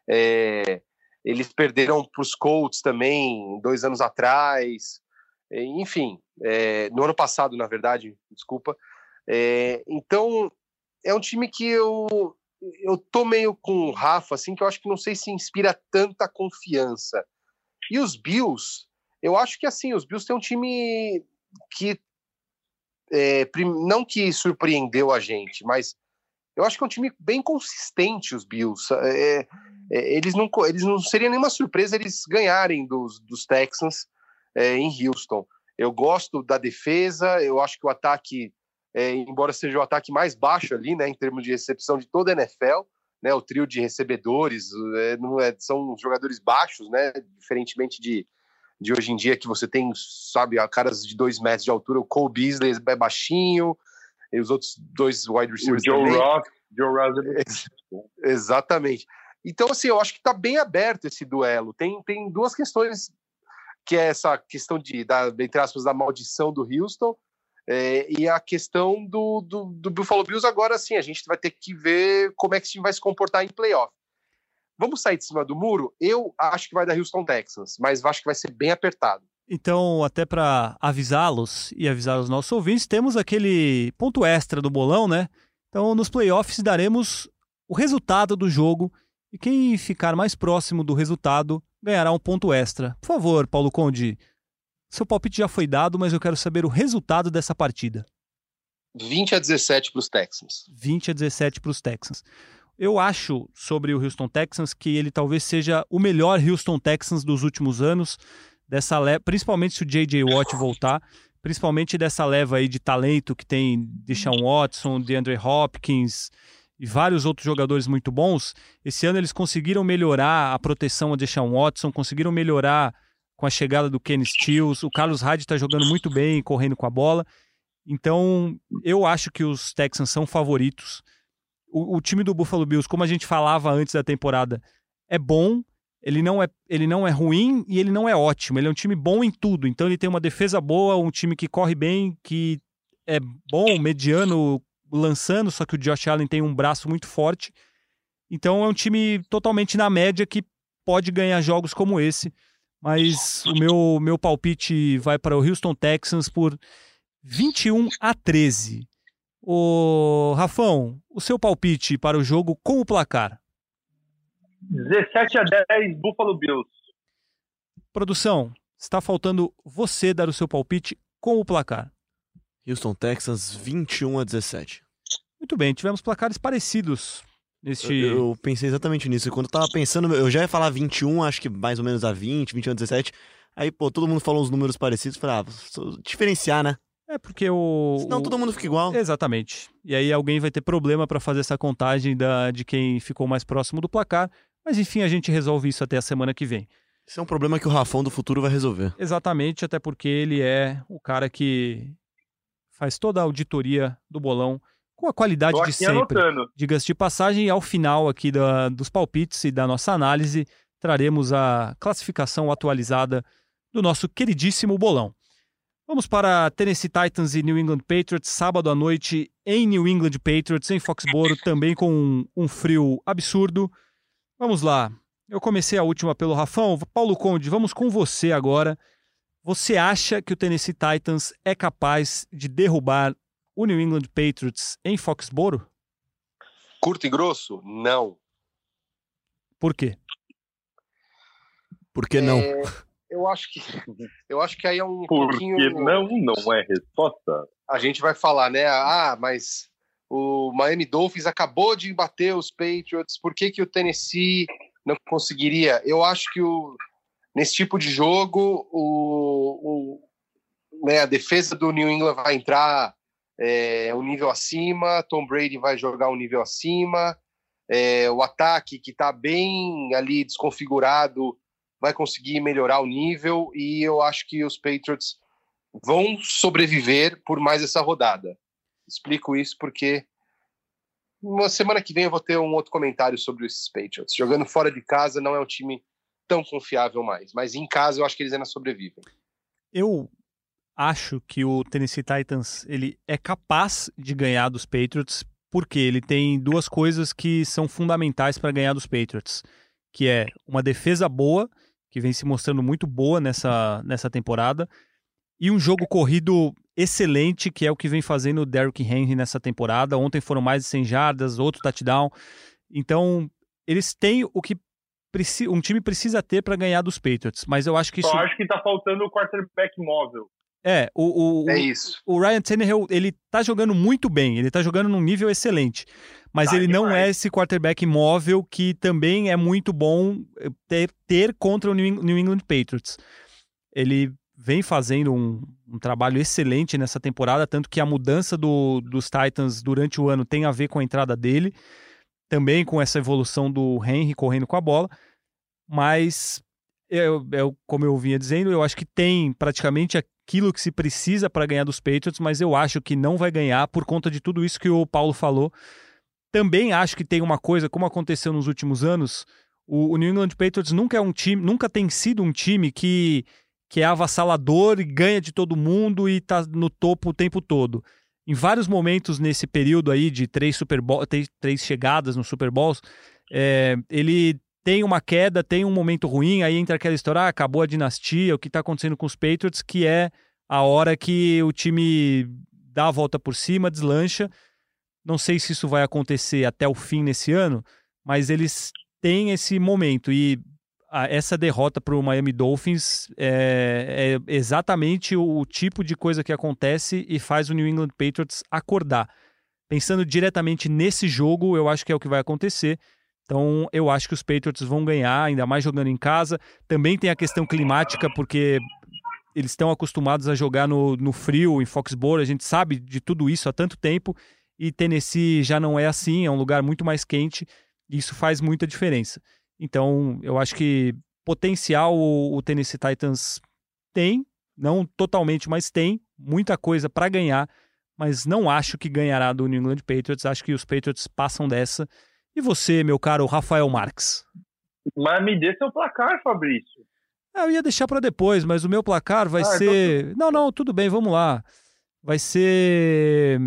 eles perderam para os Colts também 2 anos atrás, enfim, no ano passado, na verdade, desculpa. Então, é um time que eu tô meio com o Rafa, assim, que eu acho que não sei se inspira tanta confiança. E os Bills, eu acho que, assim, os Bills têm um time que não que surpreendeu a gente, mas eu acho que é um time bem consistente, os Bills. Eles não seria nenhuma surpresa eles ganharem dos Texans em Houston. Eu gosto da defesa, eu acho que o ataque, embora seja o ataque mais baixo ali, né, em termos de recepção de toda a NFL, né, o trio de recebedores são jogadores baixos, né, diferentemente de hoje em dia, que você tem, sabe, caras de 2 metros de altura. O Cole Beasley é baixinho, e os outros 2 wide receivers o Joe Ross. Exatamente. Então, assim, eu acho que tá bem aberto esse duelo. Tem 2 questões, que é essa questão entre aspas, da maldição do Houston, e a questão do Buffalo Bills. Agora, assim, a gente vai ter que ver como é que esse time vai se comportar em playoff. Vamos sair de cima do muro? Eu acho que vai dar Houston Texans, mas acho que vai ser bem apertado. Então, até para avisá-los e avisar os nossos ouvintes, temos aquele ponto extra do bolão, né? Então, nos playoffs daremos o resultado do jogo e quem ficar mais próximo do resultado ganhará um ponto extra. Por favor, Paulo Conde, seu palpite já foi dado, mas eu quero saber o resultado dessa partida. 20-17 para os Texans. 20-17 para os Texans. Eu acho, sobre o Houston Texans, que ele talvez seja o melhor Houston Texans dos últimos anos, principalmente se o J.J. Watt voltar, principalmente dessa leva aí de talento que tem Deshaun Watson, DeAndre Hopkins e vários outros jogadores muito bons. Esse ano eles conseguiram melhorar a proteção a Deshaun Watson, conseguiram melhorar com a chegada do Kenny Stills. O Carlos Hyde está jogando muito bem, correndo com a bola. Então, eu acho que os Texans são favoritos. O time do Buffalo Bills, como a gente falava antes da temporada, é bom, ele não é ruim e ele não é ótimo. Ele é um time bom em tudo. Então ele tem uma defesa boa, um time que corre bem, que é bom, mediano, lançando, só que o Josh Allen tem um braço muito forte. Então é um time totalmente na média que pode ganhar jogos como esse. Mas o meu palpite vai para o Houston Texans por 21-13. Ô, Rafão, o seu palpite para o jogo com o placar? 17-10, Buffalo Bills. Produção, está faltando você dar o seu palpite com o placar. Houston Texans 21-17. Muito bem, tivemos placares parecidos neste... Eu pensei exatamente nisso. Quando eu tava pensando, eu já ia falar 21, acho que mais ou menos a 20, 21-17. Aí, todo mundo falou uns números parecidos. Falei, diferenciar, né? É porque senão todo mundo fica igual. Exatamente. E aí alguém vai ter problema para fazer essa contagem de quem ficou mais próximo do placar. Mas enfim, a gente resolve isso até a semana que vem. Isso é um problema que o Rafão do futuro vai resolver. Exatamente, até porque ele é o cara que faz toda a auditoria do bolão com a qualidade Tô de aqui sempre. anotando. Diga-se de passagem, ao final aqui dos palpites e da nossa análise, traremos a classificação atualizada do nosso queridíssimo bolão. Vamos para Tennessee Titans e New England Patriots, sábado à noite em New England Patriots, em Foxborough, também com um frio absurdo. Vamos lá, eu comecei a última pelo Rafão. Paulo Conde, vamos com você agora. Você acha que o Tennessee Titans é capaz de derrubar o New England Patriots em Foxborough? Curto e grosso? Não. Por quê? Por que não? Eu acho que aí é um Por pouquinho... que não é resposta? A gente vai falar, né? Mas o Miami Dolphins acabou de bater os Patriots, por que o Tennessee não conseguiria? Eu acho que nesse tipo de jogo a defesa do New England vai entrar um nível acima, Tom Brady vai jogar um nível acima, o ataque que está bem ali desconfigurado vai conseguir melhorar o nível, e eu acho que os Patriots vão sobreviver por mais essa rodada. Explico isso porque uma semana que vem eu vou ter um outro comentário sobre esses Patriots. Jogando fora de casa não é um time tão confiável mais, mas em casa eu acho que eles ainda sobrevivem. Eu acho que o Tennessee Titans ele é capaz de ganhar dos Patriots porque ele tem duas coisas que são fundamentais para ganhar dos Patriots, que é uma defesa boa, que vem se mostrando muito boa nessa temporada, e um jogo corrido excelente, que é o que vem fazendo o Derrick Henry nessa temporada. Ontem foram mais de 100 jardas, outro touchdown. Então, eles têm o que um time precisa ter para ganhar dos Patriots, mas eu acho que isso... Só acho que tá faltando o quarterback móvel. É isso. O Ryan Tannehill, ele tá jogando muito bem, ele tá jogando num nível excelente, mas ele não é esse quarterback móvel que também é muito bom ter contra o New England Patriots. Ele vem fazendo um trabalho excelente nessa temporada, tanto que a mudança dos Titans durante o ano tem a ver com a entrada dele, também com essa evolução do Henry correndo com a bola, mas como eu vinha dizendo, eu acho que tem praticamente aquilo que se precisa para ganhar dos Patriots, mas eu acho que não vai ganhar por conta de tudo isso que o Paulo falou. Também acho que tem uma coisa, como aconteceu nos últimos anos, o New England Patriots nunca tem sido um time que é avassalador e ganha de todo mundo e tá no topo o tempo todo. Em vários momentos nesse período aí de 3 chegadas no Super Bowls, ele tem uma queda, tem um momento ruim, aí entra aquela história, acabou a dinastia, o que está acontecendo com os Patriots, que é a hora que o time dá a volta por cima, deslancha. Não sei se isso vai acontecer até o fim nesse ano, mas eles têm esse momento, e essa derrota para o Miami Dolphins é exatamente o tipo de coisa que acontece e faz o New England Patriots acordar. Pensando diretamente nesse jogo, eu acho que é o que vai acontecer. Então, eu acho que os Patriots vão ganhar, ainda mais jogando em casa. Também tem a questão climática, porque eles estão acostumados a jogar no frio, em Foxborough. A gente sabe de tudo isso há tanto tempo. E Tennessee já não é assim, é um lugar muito mais quente. E isso faz muita diferença. Então, eu acho que potencial o Tennessee Titans tem. Não totalmente, mas tem. Muita coisa para ganhar. Mas não acho que ganhará do New England Patriots. Acho que os Patriots passam dessa. E você, meu caro Rafael Marques? Mas me dê seu placar, Fabrício. Eu ia deixar para depois, mas o meu placar vai ser... Então... Não, tudo bem, vamos lá. Vai ser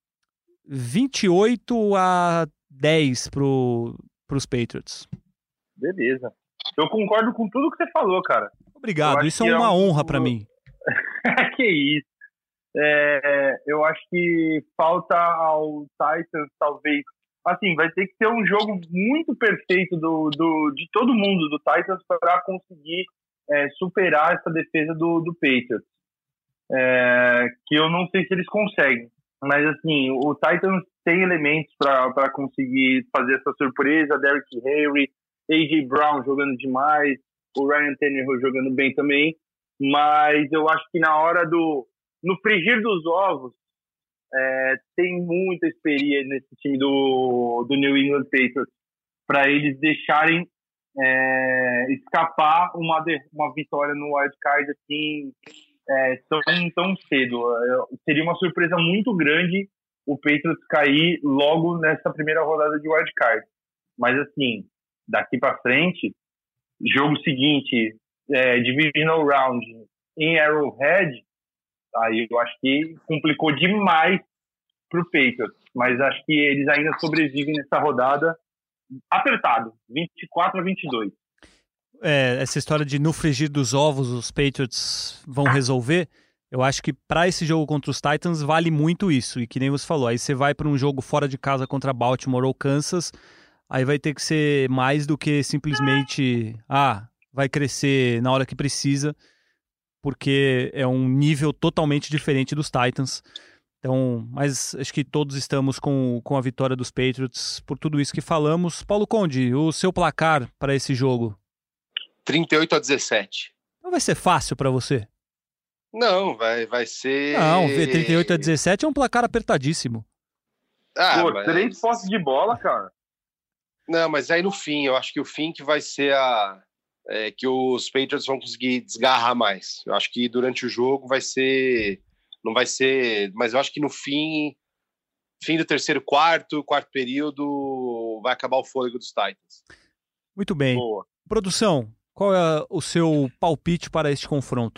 28-10 pros Patriots. Beleza. Eu concordo com tudo que você falou, cara. Obrigado, isso é uma honra para mim. Que isso. Eu acho que falta ao Titans, talvez... Assim, vai ter que ter um jogo muito perfeito de todo mundo do Titans para conseguir superar essa defesa do Patriots. Que eu não sei se eles conseguem. Mas, assim, o Titans tem elementos para conseguir fazer essa surpresa. Derrick Henry, A.J. Brown jogando demais, o Ryan Tannehill jogando bem também. Mas eu acho que na hora no frigir dos ovos, tem muita experiência nesse time do New England Patriots para eles deixarem escapar uma vitória no Wild Card assim, tão cedo. Seria uma surpresa muito grande o Patriots cair logo nessa primeira rodada de wildcard. Mas, assim, daqui para frente, jogo seguinte, Divisional Round em Arrowhead, aí eu acho que complicou demais pro Patriots. Mas acho que eles ainda sobrevivem nessa rodada apertado, 24-22. Essa história de no frigir dos ovos os Patriots vão resolver, eu acho que para esse jogo contra os Titans vale muito isso. E que nem você falou, aí você vai para um jogo fora de casa contra Baltimore ou Kansas, aí vai ter que ser mais do que simplesmente vai crescer na hora que precisa, porque é um nível totalmente diferente dos Titans. Então, mas acho que todos estamos com a vitória dos Patriots por tudo isso que falamos. Paulo Conde, o seu placar para esse jogo? 38-17. Não vai ser fácil para você? Não, vai ser... Não, 38-17 é um placar apertadíssimo. Mas... 3 posses de bola, cara. Não, mas aí no fim, eu acho que o fim que vai ser que os Patriots vão conseguir desgarrar mais. Eu acho que durante o jogo vai ser... Não vai ser... Mas eu acho que no fim do terceiro quarto período, vai acabar o fôlego dos Titans. Muito bem. Boa. Produção, qual é o seu palpite para este confronto?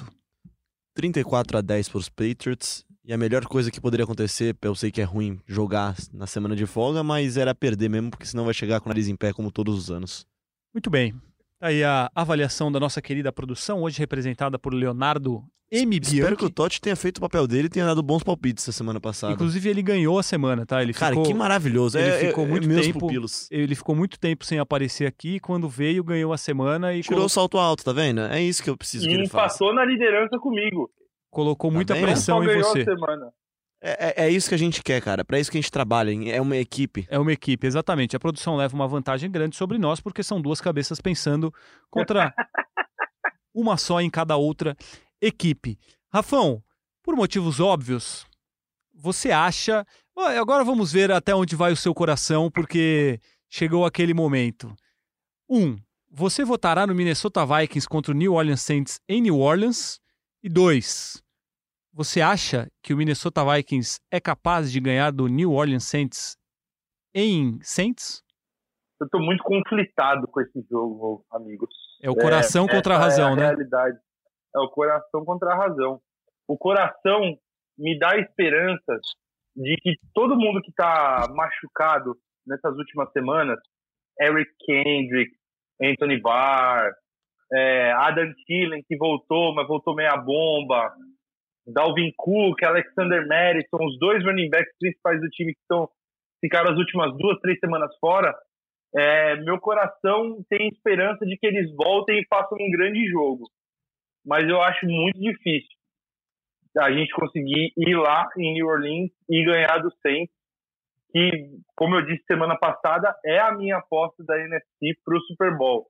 34-10 para os Patriots. E a melhor coisa que poderia acontecer, eu sei que é ruim jogar na semana de folga, mas era perder mesmo, porque senão vai chegar com o nariz em pé como todos os anos. Muito bem. Aí a avaliação da nossa querida produção, hoje representada por Leonardo M. Bianchi. Espero que o Totti tenha feito o papel dele e tenha dado bons palpites essa semana passada. Inclusive, ele ganhou a semana, tá? Que maravilhoso. Ele ficou muito meus tempo, pupilos. Ele ficou muito tempo sem aparecer aqui. Quando veio, ganhou a semana e tirou o salto alto, tá vendo? É isso que eu preciso que ele faça. E passou na liderança comigo. Colocou muita pressão em você. É isso que a gente quer, cara. Pra isso que a gente trabalha. É uma equipe. É uma equipe, exatamente. A produção leva uma vantagem grande sobre nós, porque são duas cabeças pensando contra uma só em cada outra equipe. Rafão, por motivos óbvios, você acha... Agora vamos ver até onde vai o seu coração, porque chegou aquele momento. 1. Você votará no Minnesota Vikings contra o New Orleans Saints em New Orleans? E 2. Você acha que o Minnesota Vikings é capaz de ganhar do New Orleans Saints em Saints? Eu tô muito conflitado com esse jogo, amigos. É o coração contra a razão, né? Realidade. É o coração contra a razão. O coração me dá esperança de que todo mundo que tá machucado nessas últimas semanas, Eric Kendrick, Anthony Barr, Adam Thielen, que voltou, mas voltou meia bomba, Dalvin Cook, Alexander Mattison, os dois running backs principais do time que ficaram as últimas 2-3 semanas fora, meu coração tem esperança de que eles voltem e façam um grande jogo. Mas eu acho muito difícil a gente conseguir ir lá em New Orleans e ganhar do Saints, que, como eu disse semana passada, é a minha aposta da NFC para o Super Bowl.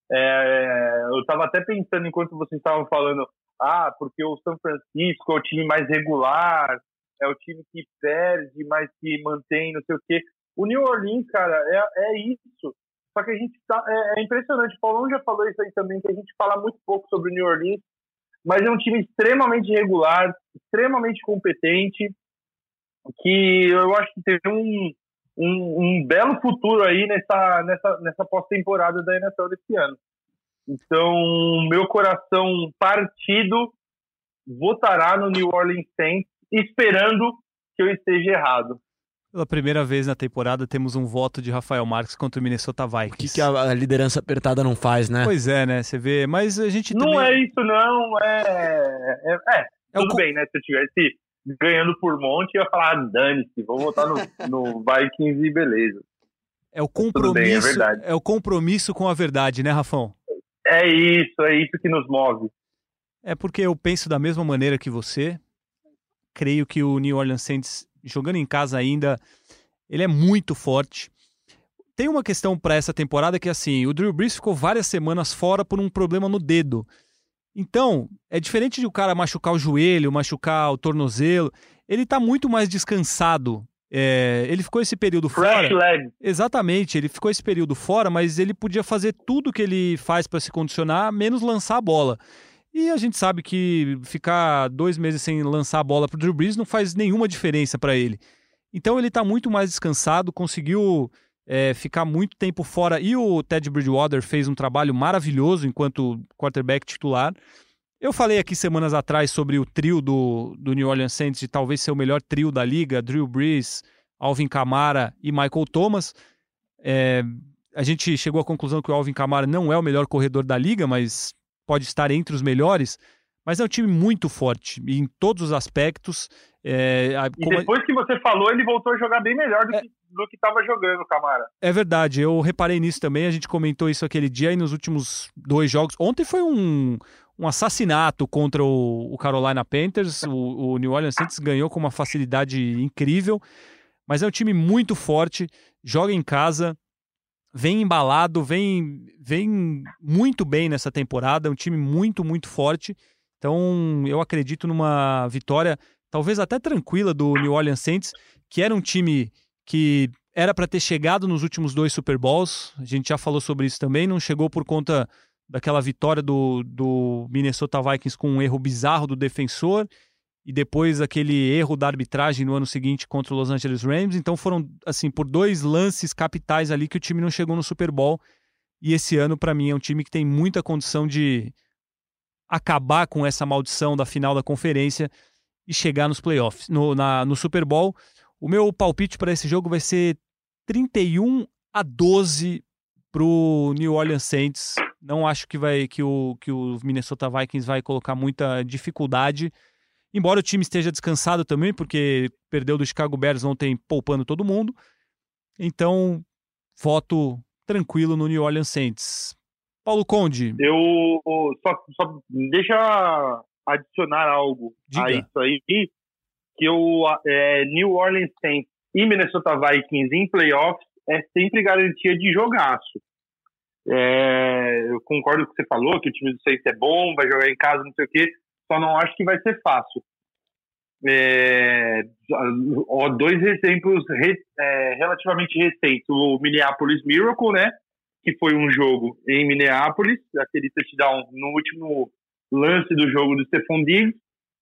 Eu estava até pensando, enquanto vocês estavam falando, porque o São Francisco é o time mais regular, é o time que perde, mas que mantém, não sei o quê. O New Orleans, cara, é isso. Só que a gente é impressionante. O Paulão já falou isso aí também, que a gente fala muito pouco sobre o New Orleans, mas é um time extremamente regular, extremamente competente, que eu acho que teve um belo futuro aí nessa pós-temporada da NFL desse ano. Então, meu coração partido votará no New Orleans Saints, esperando que eu esteja errado. Pela primeira vez na temporada, temos um voto de Rafael Marques contra o Minnesota Vikings. O que a liderança apertada não faz, né? Pois é, né? Você vê, mas a gente não também... é isso, não. Tudo bem, né? Se eu tivesse ganhando por monte, eu ia falar, dane-se, vou votar no Vikings e beleza. É o compromisso, bem, é verdade. É o compromisso com a verdade, né, Rafão? É isso que nos move. É porque eu penso da mesma maneira que você. Creio que o New Orleans Saints, jogando em casa ainda, ele é muito forte. Tem uma questão para essa temporada que, assim, o Drew Brees ficou várias semanas fora por um problema no dedo. Então, é diferente de o cara machucar o joelho, machucar o tornozelo. Ele tá muito mais descansado. Ele ficou esse período fora. Leg. Exatamente, ele ficou esse período fora, mas ele podia fazer tudo que ele faz para se condicionar, menos lançar a bola. E a gente sabe que ficar 2 meses sem lançar a bola pro Drew Brees não faz nenhuma diferença para ele. Então ele está muito mais descansado, conseguiu ficar muito tempo fora. E o Ted Bridgewater fez um trabalho maravilhoso enquanto quarterback titular. Eu falei aqui semanas atrás sobre o trio do New Orleans Saints, de talvez ser o melhor trio da liga, Drew Brees, Alvin Kamara e Michael Thomas. A gente chegou à conclusão que o Alvin Kamara não é o melhor corredor da liga, mas pode estar entre os melhores. Mas é um time muito forte, em todos os aspectos. Depois que você falou, ele voltou a jogar bem melhor do que estava jogando, Kamara. É verdade, eu reparei nisso também, a gente comentou isso aquele dia e nos últimos 2 jogos. Ontem foi um assassinato contra o Carolina Panthers, o New Orleans Saints ganhou com uma facilidade incrível, mas é um time muito forte, joga em casa, vem embalado, vem muito bem nessa temporada, é um time muito, muito forte. Então eu acredito numa vitória talvez até tranquila do New Orleans Saints, que era um time que era para ter chegado nos últimos 2 Super Bowls. A gente já falou sobre isso também, não chegou por conta daquela vitória do Minnesota Vikings com um erro bizarro do defensor e depois aquele erro da arbitragem no ano seguinte contra o Los Angeles Rams. Então foram, assim, por 2 lances capitais ali que o time não chegou no Super Bowl. E esse ano, para mim, é um time que tem muita condição de acabar com essa maldição da final da conferência e chegar nos playoffs, no Super Bowl. O meu palpite para esse jogo vai ser 31-12 pro New Orleans Saints. Não acho que o Minnesota Vikings vai colocar muita dificuldade, embora o time esteja descansado também, porque perdeu do Chicago Bears ontem poupando todo mundo. Então, voto tranquilo no New Orleans Saints. Paulo Conde. Eu só deixa adicionar algo a isso aí, que o New Orleans Saints e Minnesota Vikings em playoffs é sempre garantia de jogaço. Eu concordo com o que você falou, que o time do Saints é bom, vai jogar em casa, não sei o quê, só não acho que vai ser fácil. 2 exemplos relativamente recentes. O Minneapolis Miracle, né, que foi um jogo em Minneapolis, aquele touchdown no último lance do jogo do Stephon Diggs.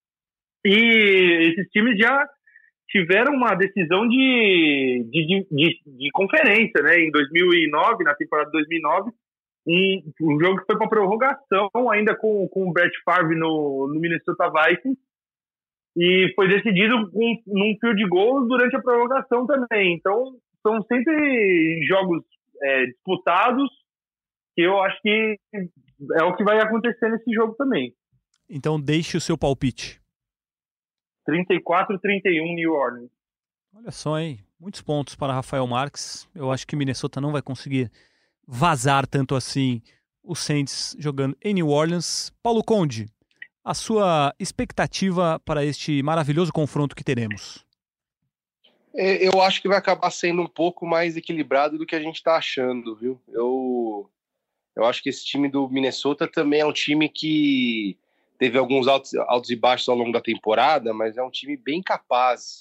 E esses times já tiveram uma decisão de conferência, né? Em 2009, na temporada de 2009, um jogo que foi para prorrogação, ainda com o Brett Favre no Minnesota Vikings, e foi decidido num field goal durante a prorrogação também. Então, são sempre jogos disputados, que eu acho que é o que vai acontecer nesse jogo também. Então, deixe o seu palpite. 34-31 New Orleans. Olha só, hein? Muitos pontos para Rafael Marques. Eu acho que Minnesota não vai conseguir vazar tanto assim os Saints jogando em New Orleans. Paulo Conde, a sua expectativa para este maravilhoso confronto que teremos? Eu acho que vai acabar sendo um pouco mais equilibrado do que a gente está achando, viu? Eu acho que esse time do Minnesota também é um time que teve alguns altos e baixos ao longo da temporada, mas é um time bem capaz.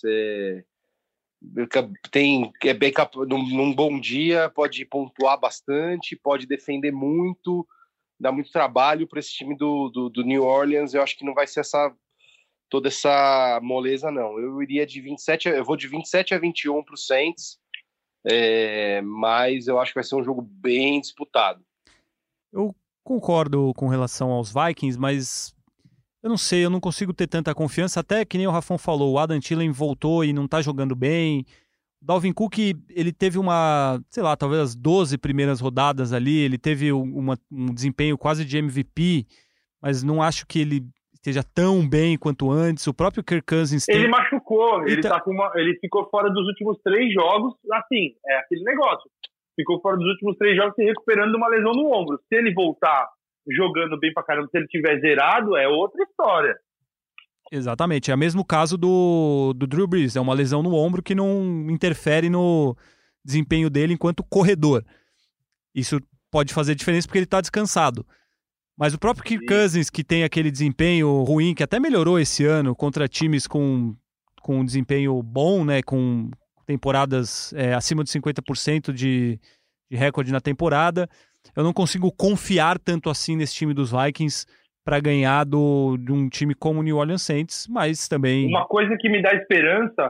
Num bom dia, pode pontuar bastante, pode defender muito, dá muito trabalho para esse time do New Orleans. Eu acho que não vai ser toda essa moleza, não. Eu vou de 27-21 para o Saints, mas eu acho que vai ser um jogo bem disputado. Eu concordo com relação aos Vikings, mas eu não sei, eu não consigo ter tanta confiança, até que nem o Rafão falou, o Adam Thielen voltou e não tá jogando bem. O Dalvin Cook, ele teve talvez as 12 primeiras rodadas ali, ele teve um desempenho quase de MVP, mas não acho que ele esteja tão bem quanto antes. O próprio Kirk Cousins... Ele machucou, ele ficou fora dos últimos 3 jogos, assim, é aquele negócio. Ficou fora dos últimos 3 jogos se recuperando de uma lesão no ombro. Se ele voltar jogando bem pra caramba, se ele tiver zerado, é outra história. Exatamente, é o mesmo caso do Drew Brees, é uma lesão no ombro que não interfere no desempenho dele enquanto corredor. Isso pode fazer diferença porque ele tá descansado. Mas o próprio Kirk Cousins, que tem aquele desempenho ruim, que até melhorou esse ano contra times com um desempenho bom, né, com temporadas acima de 50% de recorde na temporada, eu não consigo confiar tanto assim nesse time dos Vikings para ganhar de um time como o New Orleans Saints, mas também... Uma coisa que me dá esperança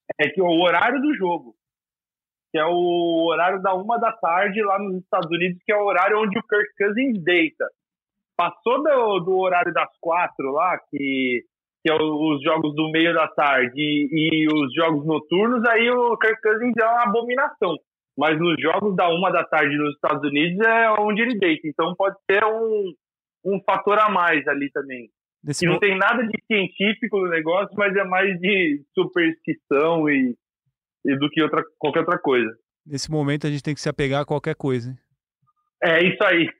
É que o horário do jogo, que é o horário da 1 da tarde lá nos Estados Unidos, que é o horário onde o Kirk Cousins deita. Passou do horário das 4 lá, que é os jogos do meio da tarde e os jogos noturnos, aí o Kirk Cousins é uma abominação. Mas nos jogos da 1 da tarde nos Estados Unidos é onde ele deita. Então pode ser um fator a mais ali também. E não tem nada de científico no negócio, mas é mais de superstição e do que qualquer outra coisa. Nesse momento a gente tem que se apegar a qualquer coisa. Hein? É isso aí.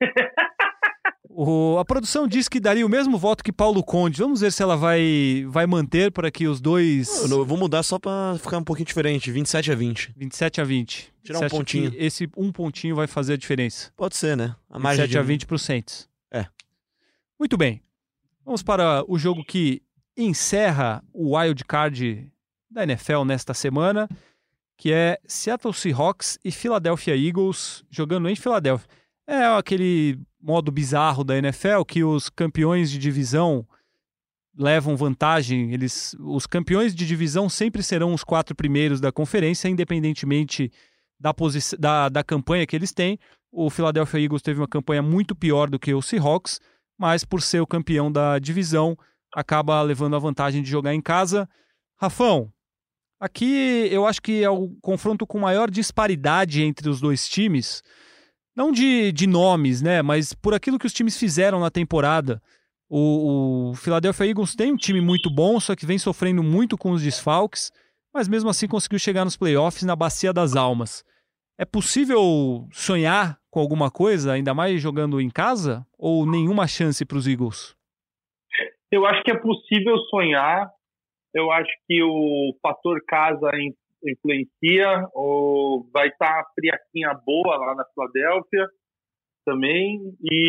A produção diz que daria o mesmo voto que Paulo Conde. Vamos ver se ela vai manter para que os dois... Eu vou mudar só para ficar um pouquinho diferente. 27-20. 27-20. Tirar um pontinho. Esse um pontinho vai fazer a diferença. Pode ser, né? A margem 27-20 pro Saints. É. Muito bem. Vamos para o jogo que encerra o wild card da NFL nesta semana, que é Seattle Seahawks e Philadelphia Eagles jogando em Filadélfia. É aquele modo bizarro da NFL que os campeões de divisão levam vantagem. Os campeões de divisão sempre serão os 4 primeiros da conferência, independentemente da campanha que eles têm. O Philadelphia Eagles teve uma campanha muito pior do que o Seahawks, mas por ser o campeão da divisão, acaba levando a vantagem de jogar em casa. Rafão, aqui eu acho que é o confronto com maior disparidade entre os dois times. Não de nomes, né? Mas por aquilo que os times fizeram na temporada. O Philadelphia Eagles tem um time muito bom, só que vem sofrendo muito com os desfalques, mas mesmo assim conseguiu chegar nos playoffs na Bacia das Almas. É possível sonhar com alguma coisa, ainda mais jogando em casa? Ou nenhuma chance para os Eagles? Eu acho que é possível sonhar. Eu acho que o fator casa influencia, ou vai estar friaquinha boa lá na Filadélfia também,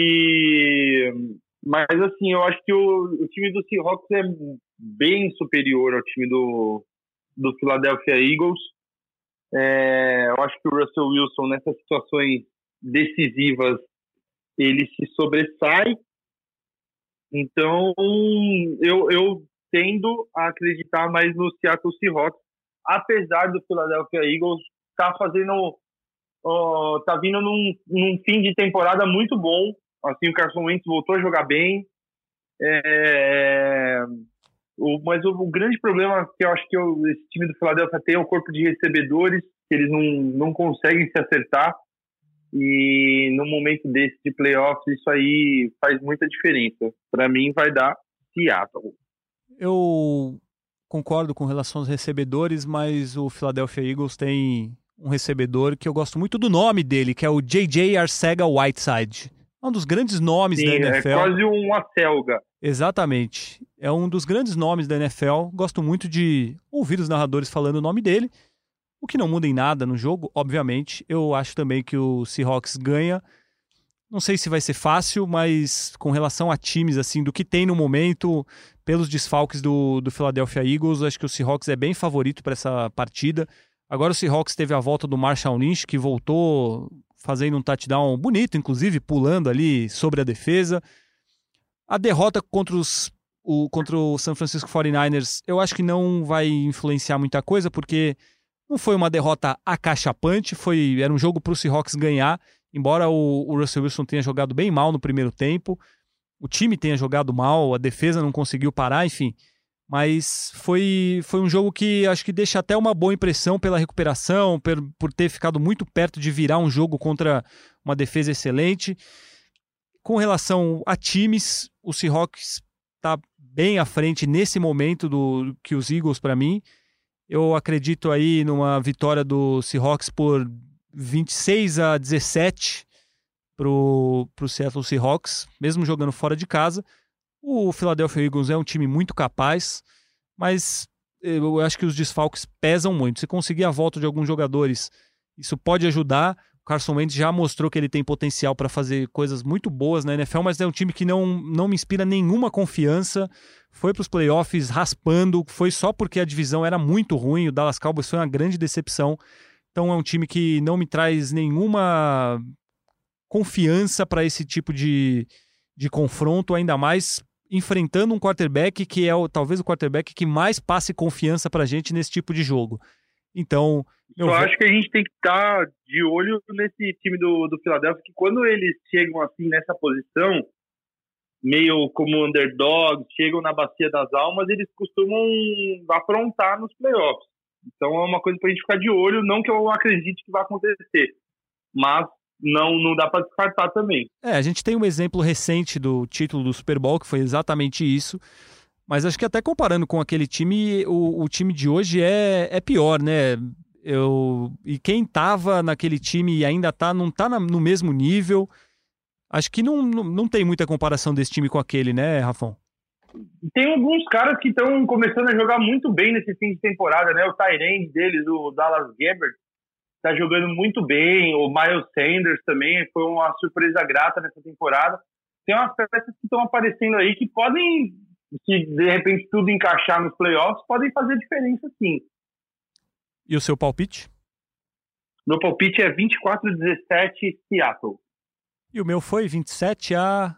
mas assim, eu acho que o time do Seahawks é bem superior ao time do Philadelphia Eagles. Eu acho que o Russell Wilson nessas situações decisivas ele se sobressai, então eu tendo a acreditar mais no Seattle Seahawks, apesar do Philadelphia Eagles tá vindo num fim de temporada muito bom. Assim, o Carson Wentz voltou a jogar bem. Mas o grande problema que eu acho que esse time do Philadelphia tem é o corpo de recebedores, que eles não conseguem se acertar. E no momento desse de playoffs, isso aí faz muita diferença. Para mim, vai dar Seattle. Eu concordo com relação aos recebedores, mas o Philadelphia Eagles tem um recebedor que eu gosto muito do nome dele, que é o J.J. Arcega-Whiteside. É um dos grandes nomes da NFL. É quase uma selga. Exatamente. É um dos grandes nomes da NFL. Gosto muito de ouvir os narradores falando o nome dele, o que não muda em nada no jogo, obviamente. Eu acho também que o Seahawks ganha. Não sei se vai ser fácil, mas com relação a times, assim, do que tem no momento, pelos desfalques do Philadelphia Eagles, acho que o Seahawks é bem favorito para essa partida. Agora o Seahawks teve a volta do Marshawn Lynch, que voltou fazendo um touchdown bonito, inclusive pulando ali sobre a defesa. A derrota contra o San Francisco 49ers, eu acho que não vai influenciar muita coisa, porque não foi uma derrota acachapante, era um jogo para o Seahawks ganhar, embora o Russell Wilson tenha jogado bem mal no primeiro tempo, o time tenha jogado mal, a defesa não conseguiu parar, enfim. Mas foi um jogo que acho que deixa até uma boa impressão pela recuperação, por ter ficado muito perto de virar um jogo contra uma defesa excelente. Com relação a times, o Seahawks está bem à frente nesse momento do que os Eagles, para mim. Eu acredito aí numa vitória do Seahawks por 26-17 pro Seattle Seahawks, mesmo jogando fora de casa. O Philadelphia Eagles é um time muito capaz, mas eu acho que os desfalques pesam muito. Se conseguir a volta de alguns jogadores, isso pode ajudar. O Carson Wentz já mostrou que ele tem potencial para fazer coisas muito boas na NFL, mas é um time que não me inspira nenhuma confiança. Foi para os playoffs raspando, foi só porque a divisão era muito ruim. O Dallas Cowboys foi uma grande decepção. Então é um time que não me traz nenhuma confiança para esse tipo de confronto, ainda mais enfrentando um quarterback que é talvez o quarterback que mais passe confiança pra gente nesse tipo de jogo. Então, eu acho que a gente tem que estar de olho nesse time do Philadelphia, que quando eles chegam assim nessa posição, meio como underdogs, chegam na bacia das almas, eles costumam aprontar nos playoffs. Então é uma coisa pra gente ficar de olho, não que eu acredite que vai acontecer, mas não dá para descartar também. A gente tem um exemplo recente do título do Super Bowl, que foi exatamente isso, mas acho que até comparando com aquele time, o time de hoje é pior, né? E quem tava naquele time e ainda não tá no mesmo nível, acho que não tem muita comparação desse time com aquele, né, Rafão? Tem alguns caras que estão começando a jogar muito bem nesse fim de temporada, né? O tight end deles, o Dallas Goedert, tá jogando muito bem. O Miles Sanders também foi uma surpresa grata nessa temporada. Tem umas peças que estão aparecendo aí que podem, se de repente tudo encaixar nos playoffs, podem fazer diferença sim. E o seu palpite? Meu palpite é 24-17 Seattle. E o meu foi 27-17.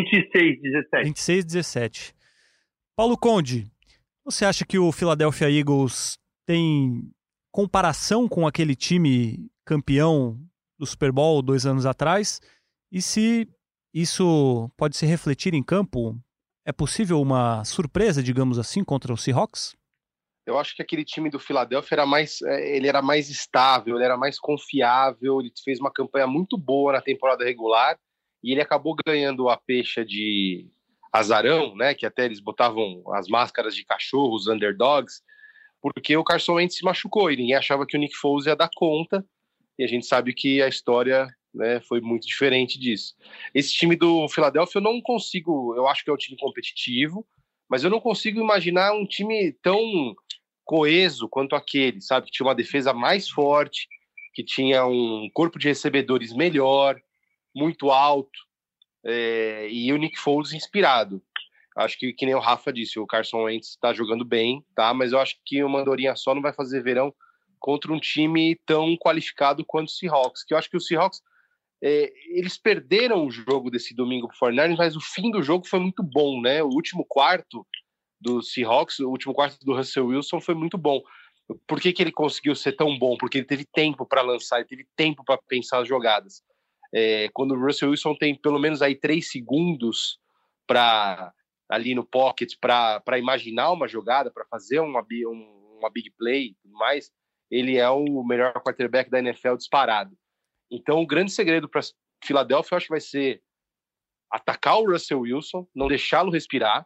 26-17. Paulo Conde, você acha que o Philadelphia Eagles tem comparação com aquele time campeão do Super Bowl 2 anos atrás? E se isso pode se refletir em campo, é possível uma surpresa, digamos assim, contra o Seahawks? Eu acho que aquele time do Philadelphia era mais estável, ele era mais confiável, ele fez uma campanha muito boa na temporada regular e ele acabou ganhando a pecha de azarão, né, que até eles botavam as máscaras de cachorro, os underdogs, porque o Carson Wentz se machucou e ninguém achava que o Nick Foles ia dar conta, e a gente sabe que a história, né, foi muito diferente disso. Esse time do Philadelphia eu acho que é um time competitivo, mas eu não consigo imaginar um time tão coeso quanto aquele, sabe, que tinha uma defesa mais forte, que tinha um corpo de recebedores melhor, muito alto, e o Nick Foles inspirado. Acho que nem o Rafa disse, o Carson Wentz está jogando bem, tá? Mas eu acho que uma andorinha só não vai fazer verão contra um time tão qualificado quanto o Seahawks, que eu acho que o Seahawks, eles perderam o jogo desse domingo pro 49ers, mas o fim do jogo foi muito bom, né? O último quarto do Seahawks, o último quarto do Russell Wilson foi muito bom. Por que ele conseguiu ser tão bom? Porque ele teve tempo para lançar, ele teve tempo para pensar as jogadas. Quando o Russell Wilson tem pelo menos aí 3 segundos ali no pocket para imaginar uma jogada, para fazer uma big play e tudo mais, ele é o melhor quarterback da NFL disparado. Então o grande segredo para Philadelphia eu acho que vai ser atacar o Russell Wilson, não deixá-lo respirar,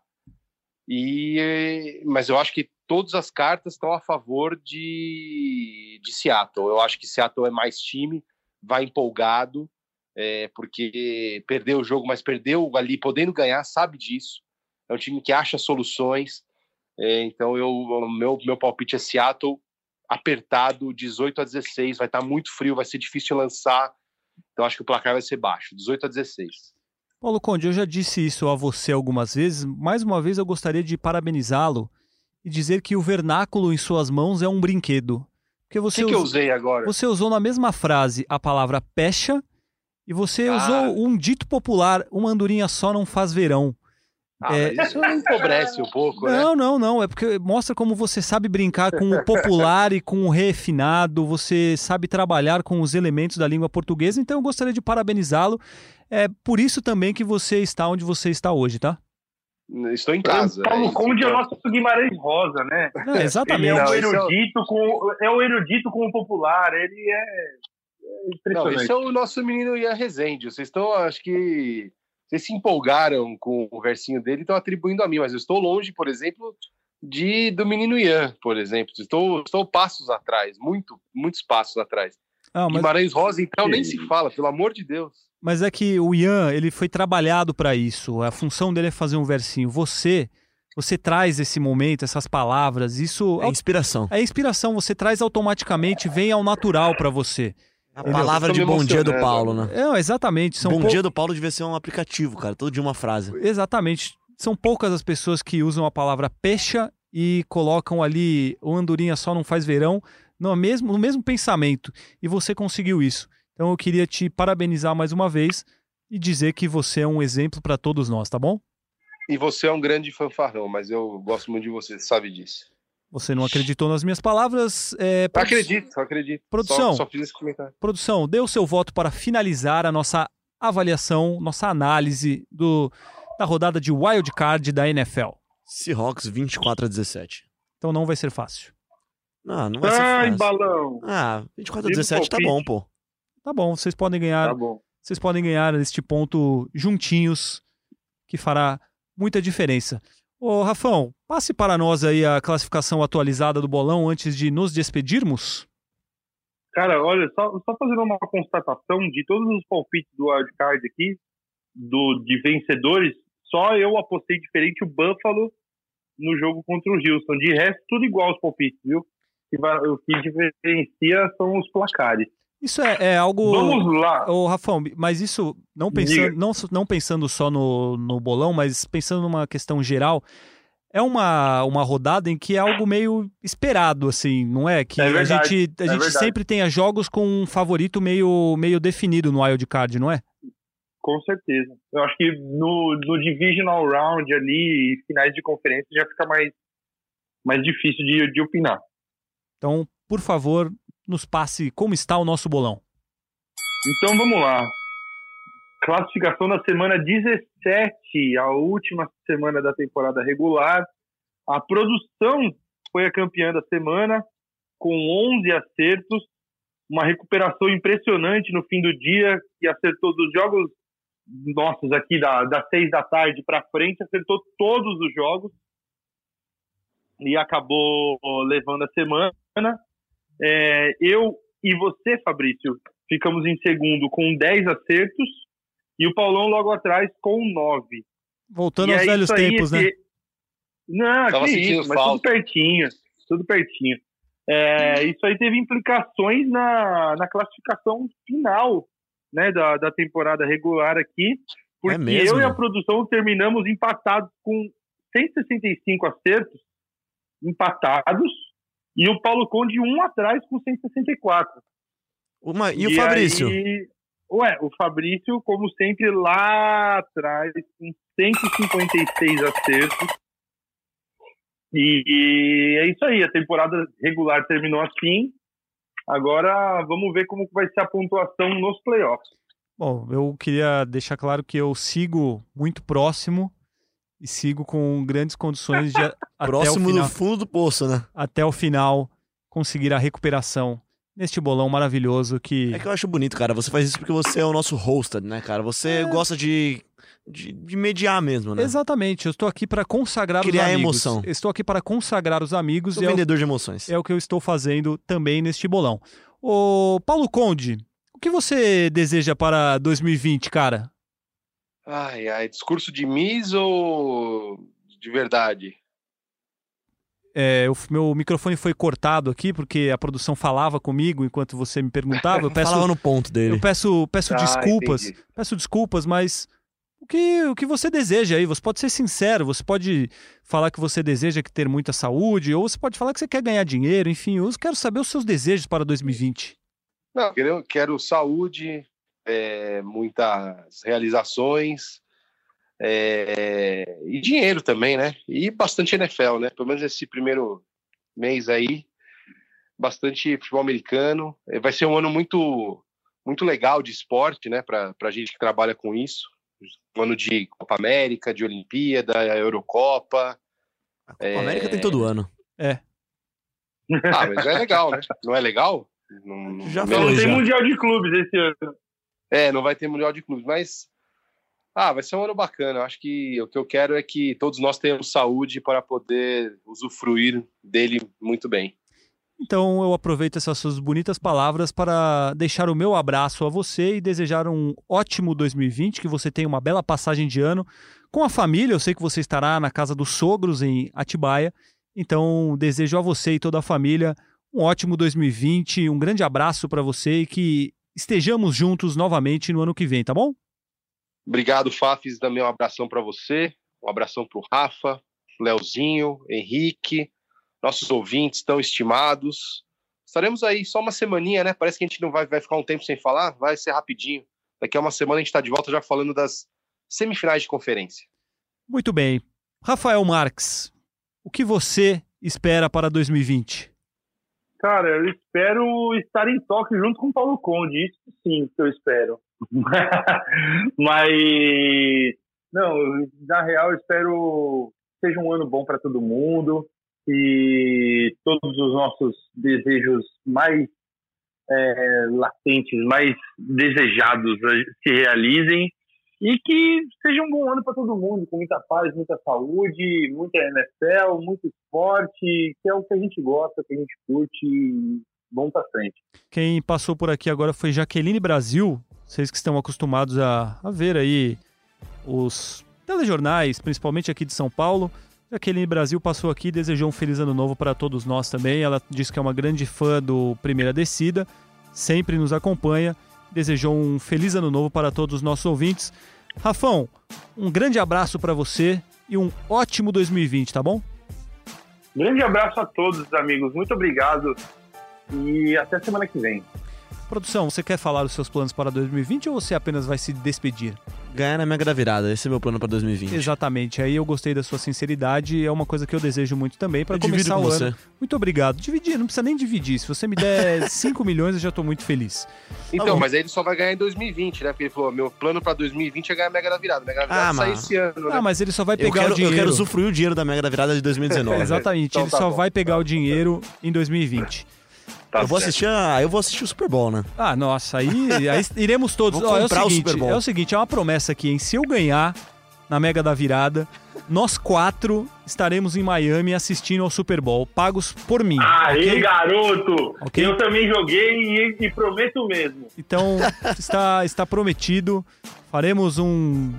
mas eu acho que todas as cartas estão a favor de Seattle. Eu acho que Seattle é mais time, vai empolgado, porque perdeu o jogo, mas perdeu ali podendo ganhar, sabe disso. É um time que acha soluções. Então meu palpite é Seattle apertado, 18-16, vai estar muito frio, vai ser difícil lançar. Então acho que o placar vai ser baixo, 18-16. Paulo Conde, eu já disse isso a você algumas vezes. Mais uma vez eu gostaria de parabenizá-lo e dizer que o vernáculo em suas mãos é um brinquedo. Porque você que eu usei agora? Você usou na mesma frase a palavra pecha e você usou um dito popular, uma andorinha só não faz verão. Isso empobrece um pouco, né? Não. É porque mostra como você sabe brincar com o popular e com o refinado, você sabe trabalhar com os elementos da língua portuguesa, então eu gostaria de parabenizá-lo. É por isso também que você está onde você está hoje, tá? Estou em casa. O Paulo Conde é o nosso Guimarães Rosa, né? Não, exatamente. Ele é o erudito com o popular, ele é impressionante. Não, esse é o nosso menino Ian Rezende. Vocês estão, acho que... Vocês se empolgaram com o versinho dele e estão atribuindo a mim, mas eu estou longe, por exemplo, do menino Ian, por exemplo. Estou passos atrás, muitos passos atrás. Guimarães Rosa, então, nem se fala, pelo amor de Deus. Mas é que o Ian, ele foi trabalhado para isso. A função dele é fazer um versinho. Você traz esse momento, essas palavras, isso... É inspiração. É inspiração, você traz automaticamente, vem ao natural para você. A palavra de bom dia do Paulo, né? Exatamente. Bom dia do Paulo devia ser um aplicativo, cara. Todo dia uma frase. Exatamente. São poucas as pessoas que usam a palavra pecha e colocam ali o andorinha só não faz verão no mesmo pensamento. E você conseguiu isso. Então eu queria te parabenizar mais uma vez e dizer que você é um exemplo para todos nós, tá bom? E você é um grande fanfarrão, mas eu gosto muito de você sabe disso. Você não acreditou nas minhas palavras. Acredito. Produção, Só fiz esse comentário. Produção, dê o seu voto para finalizar a nossa avaliação, nossa análise da rodada de Wild Card da NFL. Seahawks 24-17. Então não vai ser fácil. Não vai ser Ai, fácil. balão. 24-17 tá bom, pô. Tá bom, vocês podem ganhar. Tá bom. Vocês podem ganhar este ponto juntinhos, que fará muita diferença. Ô, Rafão, passe para nós aí a classificação atualizada do bolão antes de nos despedirmos. Cara, olha, só fazendo uma constatação de todos os palpites do wildcard aqui, de vencedores, só eu apostei diferente o Buffalo no jogo contra o Houston. De resto, tudo igual os palpites, viu? O que diferencia são os placares. Isso é algo... Vamos lá. Ô, Rafão, mas isso, não pensando só no bolão, mas pensando numa questão geral, é uma rodada em que é algo meio esperado, assim, não é? Que verdade, a gente sempre tenha jogos com um favorito meio definido no Wild Card, não é? Com certeza. Eu acho que no Divisional Round ali e finais de conferência já fica mais difícil de opinar. Então, por favor, nos passe como está o nosso bolão. Então vamos lá. Classificação da semana 17, a última semana da temporada regular. A produção foi a campeã da semana, com 11 acertos. Uma recuperação impressionante no fim do dia, que acertou dos jogos nossos aqui das 6 da tarde para frente, acertou todos os jogos e acabou levando a semana. Eu e você, Fabrício, ficamos em segundo com 10 acertos e o Paulão logo atrás com 9. Voltando aos velhos tempos, né? Não, que isso, mas tudo pertinho. Isso aí teve implicações na classificação final, né, da temporada regular aqui, porque eu e a produção terminamos empatados com 165 acertos, empatados, e o Paulo Conde um atrás com 164. E o Fabrício? O Fabrício, como sempre, lá atrás, com 156 acertos. E é isso aí, a temporada regular terminou assim. Agora vamos ver como vai ser a pontuação nos playoffs. Bom, eu queria deixar claro que eu sigo muito próximo e sigo com grandes condições de próximo do fundo do poço, né? Até o final conseguir a recuperação neste bolão maravilhoso que... É que eu acho bonito, cara. Você faz isso porque você é o nosso host, né, cara? Você gosta de mediar mesmo, né? Exatamente. Eu estou aqui para consagrar os amigos. Criar emoção. Eu estou aqui para consagrar os amigos. Sou vendedor de emoções. É o que eu estou fazendo também neste bolão. Ô, Paulo Conde, o que você deseja para 2020, cara? Discurso de Miss ou de verdade? O meu microfone foi cortado aqui porque a produção falava comigo enquanto você me perguntava. Falava no ponto dele. Eu peço desculpas. Entendi. Peço desculpas, mas o que você deseja aí? Você pode ser sincero, você pode falar que você deseja ter muita saúde, ou você pode falar que você quer ganhar dinheiro, enfim, eu quero saber os seus desejos para 2020. Não, eu quero saúde, muitas realizações, e dinheiro também, né? E bastante NFL, né? Pelo menos esse primeiro mês aí, bastante futebol americano. Vai ser um ano muito, muito legal de esporte, né? Pra gente que trabalha com isso. Um ano de Copa América, de Olimpíada, Eurocopa. A Copa América tem todo ano. Mas é legal, né? Não é legal? Não tem Mundial de Clubes esse ano. Não vai ter Mundial de Clubes, mas vai ser um ano bacana. Eu acho que o que eu quero é que todos nós tenhamos saúde para poder usufruir dele muito bem. Então eu aproveito essas suas bonitas palavras para deixar o meu abraço a você e desejar um ótimo 2020, que você tenha uma bela passagem de ano com a família. Eu sei que você estará na casa dos sogros em Atibaia, então desejo a você e toda a família um ótimo 2020, um grande abraço para você e que estejamos juntos novamente no ano que vem, tá bom? Obrigado, Fafis, também um abração para você, um abração para o Rafa, Leozinho, Henrique, nossos ouvintes tão estimados. Estaremos aí só uma semaninha, né? Parece que a gente não vai ficar um tempo sem falar, vai ser rapidinho. Daqui a uma semana a gente está de volta já falando das semifinais de conferência. Muito bem. Rafael Marques, o que você espera para 2020? Cara, eu espero estar em Tóquio junto com o Paulo Conde, isso sim que eu espero. Mas, não, na real eu espero que seja um ano bom para todo mundo e todos os nossos desejos mais latentes, mais desejados se realizem e que seja um bom ano para todo mundo, com muita paz, muita saúde, muita NFL, muito esporte, que é o que a gente gosta, que a gente curte e vamos para frente. Quem passou por aqui agora foi Jaqueline Brasil, vocês que estão acostumados a ver aí os telejornais, principalmente aqui de São Paulo. Jaqueline Brasil passou aqui e desejou um feliz ano novo para todos nós também. Ela disse que é uma grande fã do Primeira Descida, sempre nos acompanha. Desejou um feliz ano novo para todos os nossos ouvintes. Rafão, um grande abraço para você e um ótimo 2020, tá bom? Grande abraço a todos, amigos. Muito obrigado e até semana que vem. Produção, você quer falar os seus planos para 2020 ou você apenas vai se despedir? Ganhar na Mega da Virada, esse é meu plano para 2020. Exatamente, aí eu gostei da sua sinceridade, é uma coisa que eu desejo muito também para começar o ano. Muito obrigado. Dividir, não precisa nem dividir, se você me der 5 milhões eu já tô muito feliz. Então, mas aí ele só vai ganhar em 2020, né? Porque ele falou, meu plano para 2020 é ganhar a Mega da Virada. A Mega da Virada sai esse ano, né? Ah, mas ele só vai pegar o dinheiro. Eu quero usufruir o dinheiro da Mega da Virada de 2019. Exatamente, então, ele só vai pegar o dinheiro em 2020. Tá, eu vou assistir o Super Bowl, né? Ah, nossa, aí iremos todos. Vou comprar o Super Bowl. É o seguinte, é uma promessa aqui, hein? Se eu ganhar na Mega da Virada, nós 4 estaremos em Miami assistindo ao Super Bowl, pagos por mim. Aí, okay? garoto! Okay? Eu também joguei e prometo mesmo. Então, está prometido. Faremos um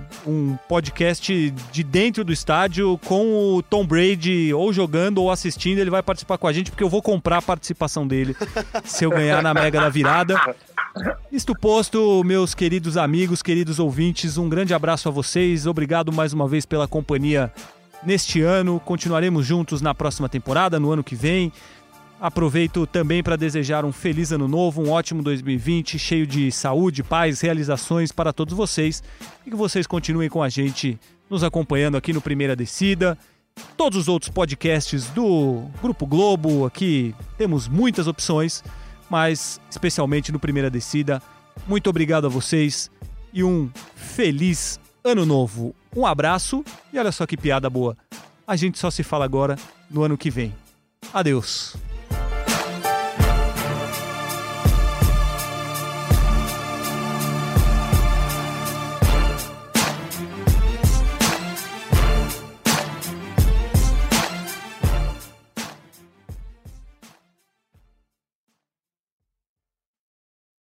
podcast de dentro do estádio com o Tom Brady ou jogando ou assistindo. Ele vai participar com a gente porque eu vou comprar a participação dele se eu ganhar na Mega da Virada. Isto posto, meus queridos amigos, queridos ouvintes, um grande abraço a vocês. Obrigado mais uma vez pela companhia neste ano. Continuaremos juntos na próxima temporada, no ano que vem. Aproveito também para desejar um feliz ano novo, um ótimo 2020, cheio de saúde, paz, realizações para todos vocês. E que vocês continuem com a gente, nos acompanhando aqui no Primeira Descida. Todos os outros podcasts do Grupo Globo, aqui temos muitas opções, mas especialmente no Primeira Descida. Muito obrigado a vocês e um feliz ano novo. Um abraço e olha só que piada boa. A gente só se fala agora no ano que vem. Adeus.